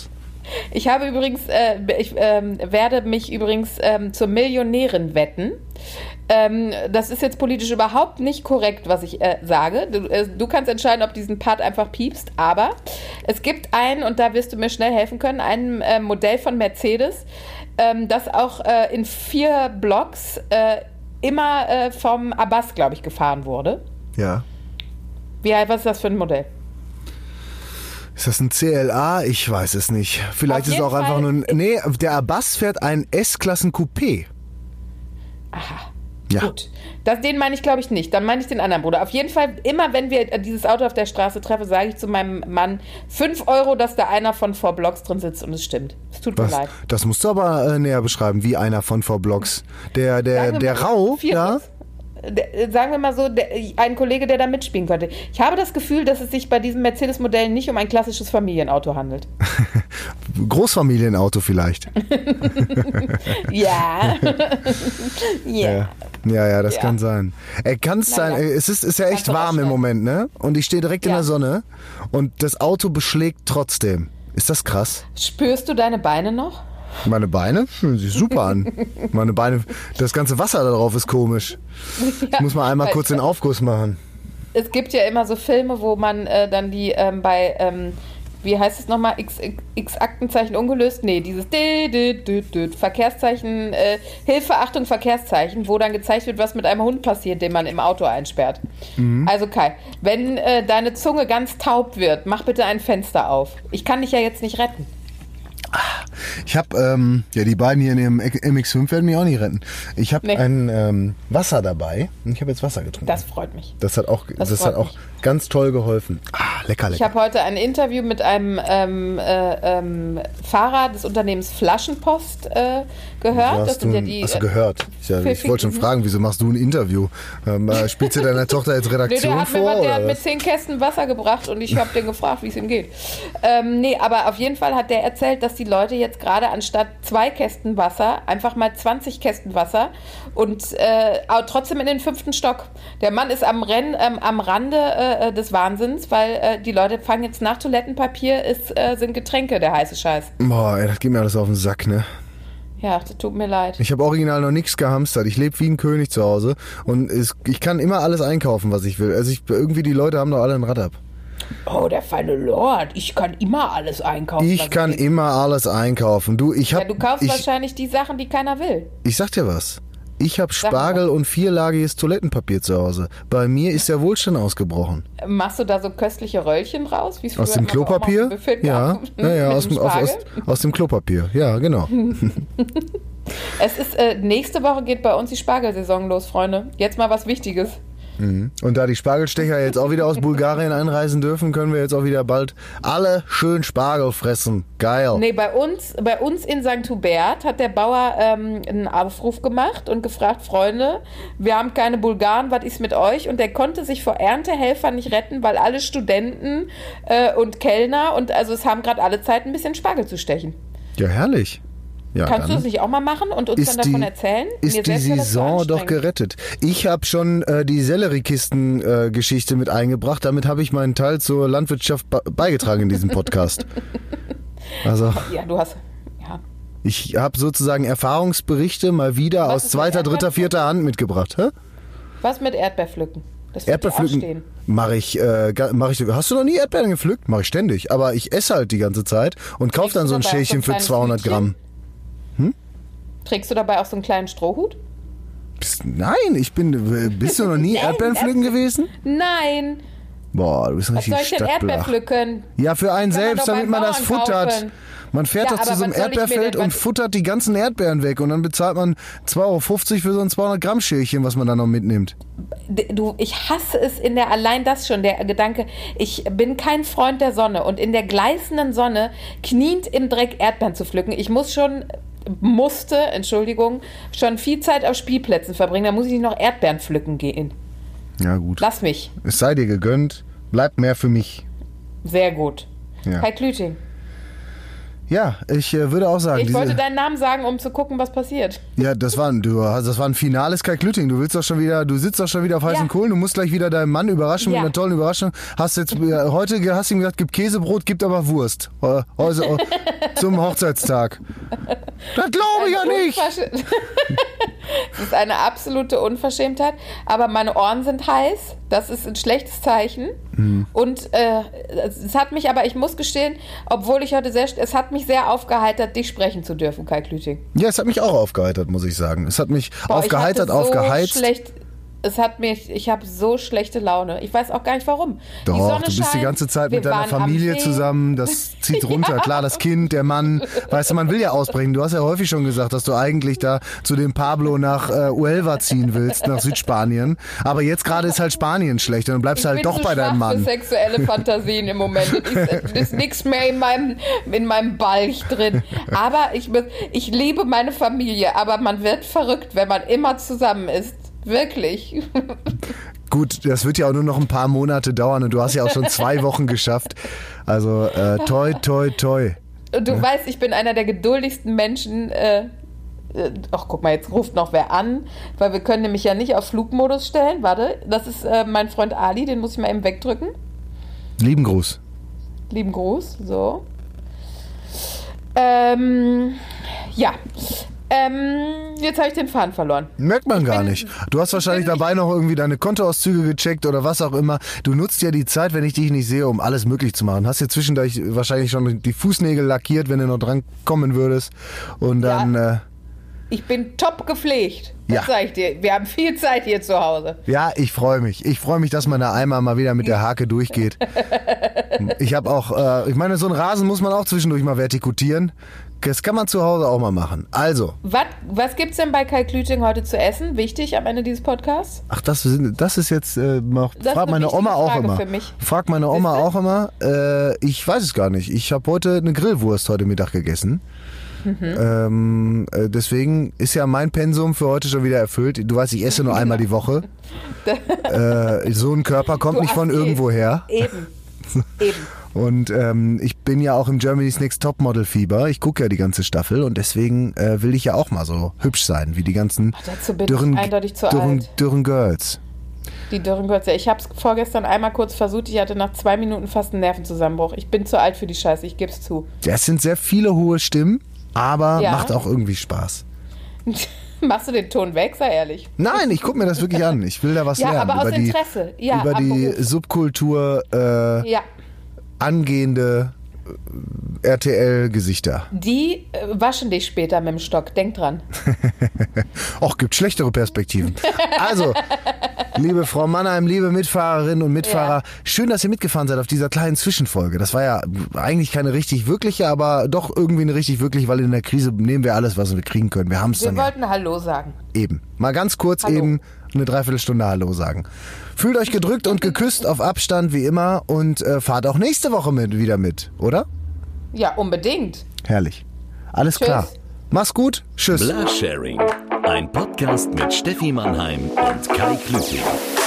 [SPEAKER 2] Ich habe übrigens, äh, ich ähm, werde mich übrigens ähm, zur Millionärin wetten. Ähm, das ist jetzt politisch überhaupt nicht korrekt, was ich äh, sage. Du, äh, du kannst entscheiden, ob diesen Part einfach piepst, aber es gibt ein, und da wirst du mir schnell helfen können, ein äh, Modell von Mercedes, ähm, das auch äh, in vier Blocks äh, immer äh, vom Abbas, glaube ich, gefahren wurde.
[SPEAKER 1] Ja.
[SPEAKER 2] Wie, was ist das für ein Modell?
[SPEAKER 1] Ist das ein C L A? Ich weiß es nicht. Vielleicht
[SPEAKER 2] Auf
[SPEAKER 1] ist es
[SPEAKER 2] jeden
[SPEAKER 1] auch einfach
[SPEAKER 2] Fall-
[SPEAKER 1] nur ein... Nee, der Abbas fährt ein S-Klassen-Coupé.
[SPEAKER 2] Aha.
[SPEAKER 1] Ja.
[SPEAKER 2] Gut. Das, den meine ich, glaube ich, nicht. Dann meine ich den anderen Bruder. Auf jeden Fall, immer wenn wir dieses Auto auf der Straße treffen, sage ich zu meinem Mann, fünf Euro, dass da einer von vier Blocks drin sitzt und es stimmt. Es tut
[SPEAKER 1] Was?
[SPEAKER 2] mir leid.
[SPEAKER 1] Das musst du aber äh, näher beschreiben, wie einer von vier Blocks. Der, der,
[SPEAKER 2] Sagen wir
[SPEAKER 1] der
[SPEAKER 2] mal,
[SPEAKER 1] Rau,
[SPEAKER 2] vier
[SPEAKER 1] ja?
[SPEAKER 2] Blocks. Der, sagen wir mal so, der, ein Kollege, der da mitspielen könnte. Ich habe das Gefühl, dass es sich bei diesem Mercedes-Modell nicht um ein klassisches Familienauto handelt.
[SPEAKER 1] Großfamilienauto vielleicht.
[SPEAKER 2] Ja. ja.
[SPEAKER 1] Ja, ja, das
[SPEAKER 2] Ja.
[SPEAKER 1] kann sein. Er kann es
[SPEAKER 2] Na
[SPEAKER 1] sein,
[SPEAKER 2] ja.
[SPEAKER 1] es ist, ist ja echt
[SPEAKER 2] Kannst du
[SPEAKER 1] warm im
[SPEAKER 2] rausschneiden.
[SPEAKER 1] Moment, ne? Und ich stehe direkt in
[SPEAKER 2] Ja.
[SPEAKER 1] der Sonne und das Auto beschlägt trotzdem. Ist das krass?
[SPEAKER 2] Spürst du deine Beine noch?
[SPEAKER 1] Meine Beine fühlen sich super an. Meine Beine, das ganze Wasser da drauf ist komisch. Ich muss mal einmal
[SPEAKER 2] weil-
[SPEAKER 1] kurz den Aufguss machen.
[SPEAKER 2] Es gibt ja immer so Filme, wo man äh, dann die ähm, bei, ähm, wie heißt es nochmal, X, X Aktenzeichen ungelöst? Nee, dieses D, D, D, D, Verkehrszeichen, äh, Hilfe, Achtung, Verkehrszeichen, wo dann gezeigt wird, was mit einem Hund passiert, den man im Auto einsperrt.
[SPEAKER 1] Mhm.
[SPEAKER 2] Also Kai, wenn äh, deine Zunge ganz taub wird, mach bitte ein Fenster auf. Ich kann dich ja jetzt nicht retten.
[SPEAKER 1] Ich habe, ähm, ja, die beiden hier in ihrem M X fünf werden mich auch nicht retten. Ich habe
[SPEAKER 2] Nee.
[SPEAKER 1] ein ähm, Wasser dabei und ich habe jetzt Wasser getrunken.
[SPEAKER 2] Das freut mich.
[SPEAKER 1] Das hat auch, das,
[SPEAKER 2] Das
[SPEAKER 1] hat
[SPEAKER 2] freut
[SPEAKER 1] auch ganz toll geholfen. Ah, lecker,
[SPEAKER 2] Ich
[SPEAKER 1] lecker.
[SPEAKER 2] habe heute ein Interview mit einem ähm, äh, ähm, Fahrer des Unternehmens Flaschenpost äh, gehört.
[SPEAKER 1] Hast
[SPEAKER 2] Das
[SPEAKER 1] du,
[SPEAKER 2] sind ja die.
[SPEAKER 1] hast du
[SPEAKER 2] äh,
[SPEAKER 1] gehört? Ich, ja, ich
[SPEAKER 2] pfiffigen-
[SPEAKER 1] wollte schon fragen, wieso machst du ein Interview? Ähm, äh, spielst du deiner Tochter jetzt
[SPEAKER 2] Nee,
[SPEAKER 1] Redaktion
[SPEAKER 2] der hat, mir,
[SPEAKER 1] vor?
[SPEAKER 2] was- der
[SPEAKER 1] Oder
[SPEAKER 2] hat mir
[SPEAKER 1] was?
[SPEAKER 2] zehn Kästen Wasser gebracht und ich habe den gefragt, wie es ihm geht. Ähm, nee, aber auf jeden Fall hat der erzählt, dass die Leute jetzt gerade anstatt zwei Kästen Wasser einfach mal zwanzig Kästen Wasser und äh, auch trotzdem in den fünften Stock. Der Mann ist am Rennen, ähm, am Rande äh, des Wahnsinns, weil äh, die Leute fangen jetzt nach Toilettenpapier, ist, äh, sind Getränke, der heiße Scheiß.
[SPEAKER 1] Boah, ey, das geht mir alles auf den Sack, ne?
[SPEAKER 2] Ja, das tut mir leid.
[SPEAKER 1] Ich habe original noch nichts gehamstert. Ich lebe wie ein König zu Hause und es, ich kann immer alles einkaufen, was ich will. Also ich, irgendwie die Leute haben doch alle ein Rad ab.
[SPEAKER 2] Oh, der feine Lord, ich kann immer alles einkaufen. was
[SPEAKER 1] Ich kann
[SPEAKER 2] will.
[SPEAKER 1] immer alles einkaufen. Du, ich
[SPEAKER 2] Ja,
[SPEAKER 1] hab,
[SPEAKER 2] du kaufst
[SPEAKER 1] ich,
[SPEAKER 2] wahrscheinlich die Sachen, die keiner will.
[SPEAKER 1] ich sag dir was. Ich habe
[SPEAKER 2] Sag mal.
[SPEAKER 1] Spargel und vierlagiges Toilettenpapier zu Hause. Bei mir ist der Wohlstand ausgebrochen.
[SPEAKER 2] Machst du da so köstliche Röllchen raus? Wie es
[SPEAKER 1] Aus
[SPEAKER 2] früher
[SPEAKER 1] dem
[SPEAKER 2] immer bei Oma
[SPEAKER 1] Klopapier?
[SPEAKER 2] im Buffet
[SPEAKER 1] Ja,
[SPEAKER 2] gab?
[SPEAKER 1] ja, ja
[SPEAKER 2] Mit
[SPEAKER 1] aus,
[SPEAKER 2] dem
[SPEAKER 1] dem, aus, aus,
[SPEAKER 2] Spargel?
[SPEAKER 1] aus dem Klopapier. Ja, genau.
[SPEAKER 2] Es ist, äh, nächste Woche geht bei uns die Spargelsaison los, Freunde. Jetzt mal was Wichtiges.
[SPEAKER 1] Und da die Spargelstecher jetzt auch wieder aus Bulgarien einreisen dürfen, können wir jetzt auch wieder bald alle schön Spargel fressen. Geil.
[SPEAKER 2] Nee, bei uns, bei uns in Sankt Hubert hat der Bauer ähm, einen Aufruf gemacht und gefragt, Freunde, wir haben keine Bulgaren, was ist mit euch? Und der konnte sich vor Erntehelfern nicht retten, weil alle Studenten äh, und Kellner und also es haben gerade alle Zeit ein bisschen Spargel zu stechen.
[SPEAKER 1] Ja, herrlich. Ja,
[SPEAKER 2] Kannst du
[SPEAKER 1] dann
[SPEAKER 2] das nicht auch mal machen und uns
[SPEAKER 1] ist
[SPEAKER 2] dann davon
[SPEAKER 1] die-
[SPEAKER 2] erzählen?
[SPEAKER 1] ist
[SPEAKER 2] Mir
[SPEAKER 1] die
[SPEAKER 2] selbst wäre das zu
[SPEAKER 1] Saison doch
[SPEAKER 2] anstrengend.
[SPEAKER 1] gerettet. Ich habe schon äh, die Selleriekisten-Geschichte mit eingebracht. Damit habe ich meinen Teil zur Landwirtschaft be- beigetragen in diesem Podcast. Also
[SPEAKER 2] Ja, du hast. Ja.
[SPEAKER 1] ich habe sozusagen Erfahrungsberichte mal wieder
[SPEAKER 2] Was
[SPEAKER 1] aus
[SPEAKER 2] ist mit
[SPEAKER 1] zweiter, dritter,
[SPEAKER 2] Erdbeerpflücken?
[SPEAKER 1] vierter Hand mitgebracht. Hä?
[SPEAKER 2] Was mit Erdbeerpflücken? Das wird dir
[SPEAKER 1] Erdbeerpflücken
[SPEAKER 2] ausstehen.
[SPEAKER 1] mache ich, äh, ga- mach ich. Hast du noch nie Erdbeeren gepflückt? Mache ich ständig. Aber ich esse halt die ganze Zeit und kaufe
[SPEAKER 2] Kriegst
[SPEAKER 1] dann
[SPEAKER 2] du
[SPEAKER 1] so ein
[SPEAKER 2] dabei auch so ein
[SPEAKER 1] Schälchen für
[SPEAKER 2] kleines
[SPEAKER 1] zweihundert
[SPEAKER 2] Hütchen?
[SPEAKER 1] Gramm.
[SPEAKER 2] Trägst du dabei auch so einen kleinen Strohhut?
[SPEAKER 1] Bist, nein, ich bin. Bist du noch nie
[SPEAKER 2] Nein,
[SPEAKER 1] Erdbeeren
[SPEAKER 2] das-
[SPEAKER 1] pflücken gewesen?
[SPEAKER 2] Nein.
[SPEAKER 1] Boah, du bist ein
[SPEAKER 2] Was soll
[SPEAKER 1] richtig
[SPEAKER 2] ich denn Erdbeer
[SPEAKER 1] Stadtblach.
[SPEAKER 2] pflücken?
[SPEAKER 1] Ja, für einen
[SPEAKER 2] Kann man
[SPEAKER 1] selbst,
[SPEAKER 2] doch
[SPEAKER 1] damit
[SPEAKER 2] beim
[SPEAKER 1] man das
[SPEAKER 2] Bauern
[SPEAKER 1] futtert.
[SPEAKER 2] kaufen.
[SPEAKER 1] Man fährt
[SPEAKER 2] Ja,
[SPEAKER 1] doch zu
[SPEAKER 2] aber
[SPEAKER 1] so einem
[SPEAKER 2] was soll ich mir
[SPEAKER 1] Erdbeerfeld
[SPEAKER 2] denn-
[SPEAKER 1] und
[SPEAKER 2] was-
[SPEAKER 1] futtert die ganzen Erdbeeren weg und dann bezahlt man zwei Euro fünfzig für so ein zweihundert Gramm Schälchen, was man dann noch mitnimmt.
[SPEAKER 2] Du, ich hasse es in der, allein das schon, der Gedanke, ich bin kein Freund der Sonne und in der gleißenden Sonne kniend im Dreck Erdbeeren zu pflücken. Ich muss schon, musste, Entschuldigung, schon viel Zeit auf Spielplätzen verbringen, da muss ich nicht noch Erdbeeren pflücken gehen.
[SPEAKER 1] Ja gut,
[SPEAKER 2] Lass mich.
[SPEAKER 1] es sei dir gegönnt, bleibt mehr für mich.
[SPEAKER 2] Sehr gut.
[SPEAKER 1] Ja.
[SPEAKER 2] Kai Klüting.
[SPEAKER 1] Ja, ich äh, würde auch sagen.
[SPEAKER 2] Ich
[SPEAKER 1] diese,
[SPEAKER 2] wollte deinen Namen sagen, um zu gucken, was passiert.
[SPEAKER 1] Ja, das war, ein- du, das war ein finales Kai Klüting. Du willst doch schon wieder, du sitzt doch schon wieder auf heißen
[SPEAKER 2] Ja.
[SPEAKER 1] Kohlen. Du musst gleich wieder deinen Mann überraschen
[SPEAKER 2] Ja.
[SPEAKER 1] mit einer tollen Überraschung. Hast jetzt äh, heute ge- hast ihm gesagt, gibt Käsebrot, gibt aber Wurst. Äh, Also, äh, zum Hochzeitstag. Das glaube ich ja nicht.
[SPEAKER 2] Unversch- Das ist eine absolute Unverschämtheit. Aber meine Ohren sind heiß. Das ist ein schlechtes Zeichen.
[SPEAKER 1] Mhm.
[SPEAKER 2] Und äh, es hat mich aber, ich muss gestehen, obwohl ich heute sehr, es hat mich sehr aufgeheitert, dich sprechen zu dürfen, Kai Klüting.
[SPEAKER 1] Ja, es hat mich auch aufgeheitert, muss ich sagen. Es hat mich
[SPEAKER 2] Boah,
[SPEAKER 1] aufgeheitert,
[SPEAKER 2] ich hatte so
[SPEAKER 1] aufgeheizt.
[SPEAKER 2] Schlecht, es hat mich, ich habe so schlechte Laune. Ich weiß auch gar nicht warum. die
[SPEAKER 1] Doch,
[SPEAKER 2] Sonne
[SPEAKER 1] du bist die
[SPEAKER 2] scheint,
[SPEAKER 1] ganze Zeit
[SPEAKER 2] wir
[SPEAKER 1] mit deiner
[SPEAKER 2] waren am
[SPEAKER 1] Familie
[SPEAKER 2] See.
[SPEAKER 1] zusammen, das zieht runter.
[SPEAKER 2] Ja.
[SPEAKER 1] Klar, das Kind, der Mann, weißt du, man will ja ausbrechen. Du hast ja häufig schon gesagt, dass du eigentlich da zu dem Pablo nach äh, Huelva ziehen willst, nach Südspanien. Aber jetzt gerade ist halt Spanien schlecht und dann bleibst
[SPEAKER 2] Ich
[SPEAKER 1] du halt
[SPEAKER 2] bin
[SPEAKER 1] doch
[SPEAKER 2] zu
[SPEAKER 1] bei deinem
[SPEAKER 2] schwach für
[SPEAKER 1] Mann.
[SPEAKER 2] sexuelle Fantasien im Moment. Es ist nichts mehr in meinem, in meinem Balch drin. Aber ich, ich liebe meine Familie, aber man wird verrückt, wenn man immer zusammen ist. Wirklich.
[SPEAKER 1] Gut, das wird ja auch nur noch ein paar Monate dauern und du hast ja auch schon zwei Wochen geschafft. Also äh, toi, toi, toi.
[SPEAKER 2] Und du
[SPEAKER 1] Ja.
[SPEAKER 2] weißt, ich bin einer der geduldigsten Menschen. Äh, äh, ach, guck mal, jetzt ruft noch wer an, weil wir können nämlich ja nicht auf Flugmodus stellen. Warte, das ist äh, mein Freund Ali, den muss ich mal eben wegdrücken.
[SPEAKER 1] Lieben Gruß.
[SPEAKER 2] Lieben Gruß, so. Ähm, ja. Ähm, jetzt habe ich den Faden verloren.
[SPEAKER 1] Merkt man gar
[SPEAKER 2] bin-
[SPEAKER 1] nicht. Du hast wahrscheinlich
[SPEAKER 2] bin nicht-
[SPEAKER 1] dabei noch irgendwie deine Kontoauszüge gecheckt oder was auch immer. Du nutzt ja die Zeit, wenn ich dich nicht sehe, um alles möglich zu machen. Hast ja zwischendurch wahrscheinlich schon die Fußnägel lackiert, wenn du noch dran kommen würdest. Und dann, äh,
[SPEAKER 2] Ich bin top gepflegt. Das
[SPEAKER 1] Ja.
[SPEAKER 2] sag ich dir. Wir haben viel Zeit hier zu Hause.
[SPEAKER 1] ja, ich freue mich. Ich freue mich, dass meine Eimer mal wieder mit der Hake durchgeht. Ich habe auch, äh, ich meine, so einen Rasen muss man auch zwischendurch mal vertikutieren. Das kann man zu Hause auch mal machen. Also,
[SPEAKER 2] Was, was gibt's denn bei Kai Klüting heute zu essen? Wichtig am Ende dieses Podcasts?
[SPEAKER 1] ach, das, sind- das ist jetzt, äh, noch,
[SPEAKER 2] Das ist
[SPEAKER 1] fragt
[SPEAKER 2] eine
[SPEAKER 1] meine
[SPEAKER 2] wichtige
[SPEAKER 1] Oma auch
[SPEAKER 2] Frage
[SPEAKER 1] immer.
[SPEAKER 2] für mich.
[SPEAKER 1] Fragt meine Oma
[SPEAKER 2] Siehste?
[SPEAKER 1] auch immer. Äh, ich weiß es gar nicht. Ich habe heute eine Grillwurst heute Mittag gegessen.
[SPEAKER 2] Mhm.
[SPEAKER 1] Ähm, äh, deswegen ist ja mein Pensum für heute schon wieder erfüllt. Du weißt, ich esse nur einmal die Woche. äh, so ein Körper kommt
[SPEAKER 2] Du
[SPEAKER 1] nicht von
[SPEAKER 2] hast die-
[SPEAKER 1] irgendwo her.
[SPEAKER 2] Eben. Eben.
[SPEAKER 1] Und ähm, ich bin ja auch im Germany's Next Topmodel Fieber. Ich gucke ja die ganze Staffel und deswegen äh, will ich ja auch mal so hübsch sein wie die ganzen
[SPEAKER 2] Ach, dazu bin
[SPEAKER 1] dürren,
[SPEAKER 2] ich eindeutig zu
[SPEAKER 1] dürren,
[SPEAKER 2] alt.
[SPEAKER 1] dürren Girls.
[SPEAKER 2] Die dürren Götze. Ich habe es vorgestern einmal kurz versucht. Ich hatte nach zwei Minuten fast einen Nervenzusammenbruch. Ich bin zu alt für die Scheiße. Ich gebe es zu.
[SPEAKER 1] Ja, es sind sehr viele hohe Stimmen, aber
[SPEAKER 2] Ja.
[SPEAKER 1] macht auch irgendwie Spaß.
[SPEAKER 2] Machst du den Ton weg? Sei ehrlich.
[SPEAKER 1] Nein, ich gucke mir das wirklich an. Ich will da was
[SPEAKER 2] Ja,
[SPEAKER 1] lernen.
[SPEAKER 2] aber aus
[SPEAKER 1] über die,
[SPEAKER 2] Interesse. Ja,
[SPEAKER 1] über
[SPEAKER 2] am
[SPEAKER 1] die
[SPEAKER 2] Beruf.
[SPEAKER 1] Subkultur äh,
[SPEAKER 2] Ja.
[SPEAKER 1] angehende äh, R T L-Gesichter.
[SPEAKER 2] Die äh, waschen dich später mit dem Stock. Denk dran.
[SPEAKER 1] Och, gibt schlechtere Perspektiven. Also, liebe Frau Mannheim, liebe Mitfahrerinnen und Mitfahrer,
[SPEAKER 2] Ja.
[SPEAKER 1] schön, dass ihr mitgefahren seid auf dieser kleinen Zwischenfolge. Das war ja eigentlich keine richtig wirkliche, aber doch irgendwie eine richtig wirkliche, weil in der Krise nehmen wir alles, was wir kriegen können. Wir haben es
[SPEAKER 2] Wir
[SPEAKER 1] dann ja
[SPEAKER 2] wollten Hallo sagen.
[SPEAKER 1] eben. Mal ganz kurz
[SPEAKER 2] Hallo.
[SPEAKER 1] eben eine Dreiviertelstunde Hallo sagen. Fühlt euch gedrückt und geküsst auf Abstand wie immer und äh, fahrt auch nächste Woche mit, wieder mit, oder?
[SPEAKER 2] Ja, unbedingt.
[SPEAKER 1] Herrlich. Alles
[SPEAKER 2] Tschüss.
[SPEAKER 1] klar. Mach's gut. Tschüss.
[SPEAKER 3] Blasharing. Ein Podcast mit Steffi Mannheim und Kai Klüting.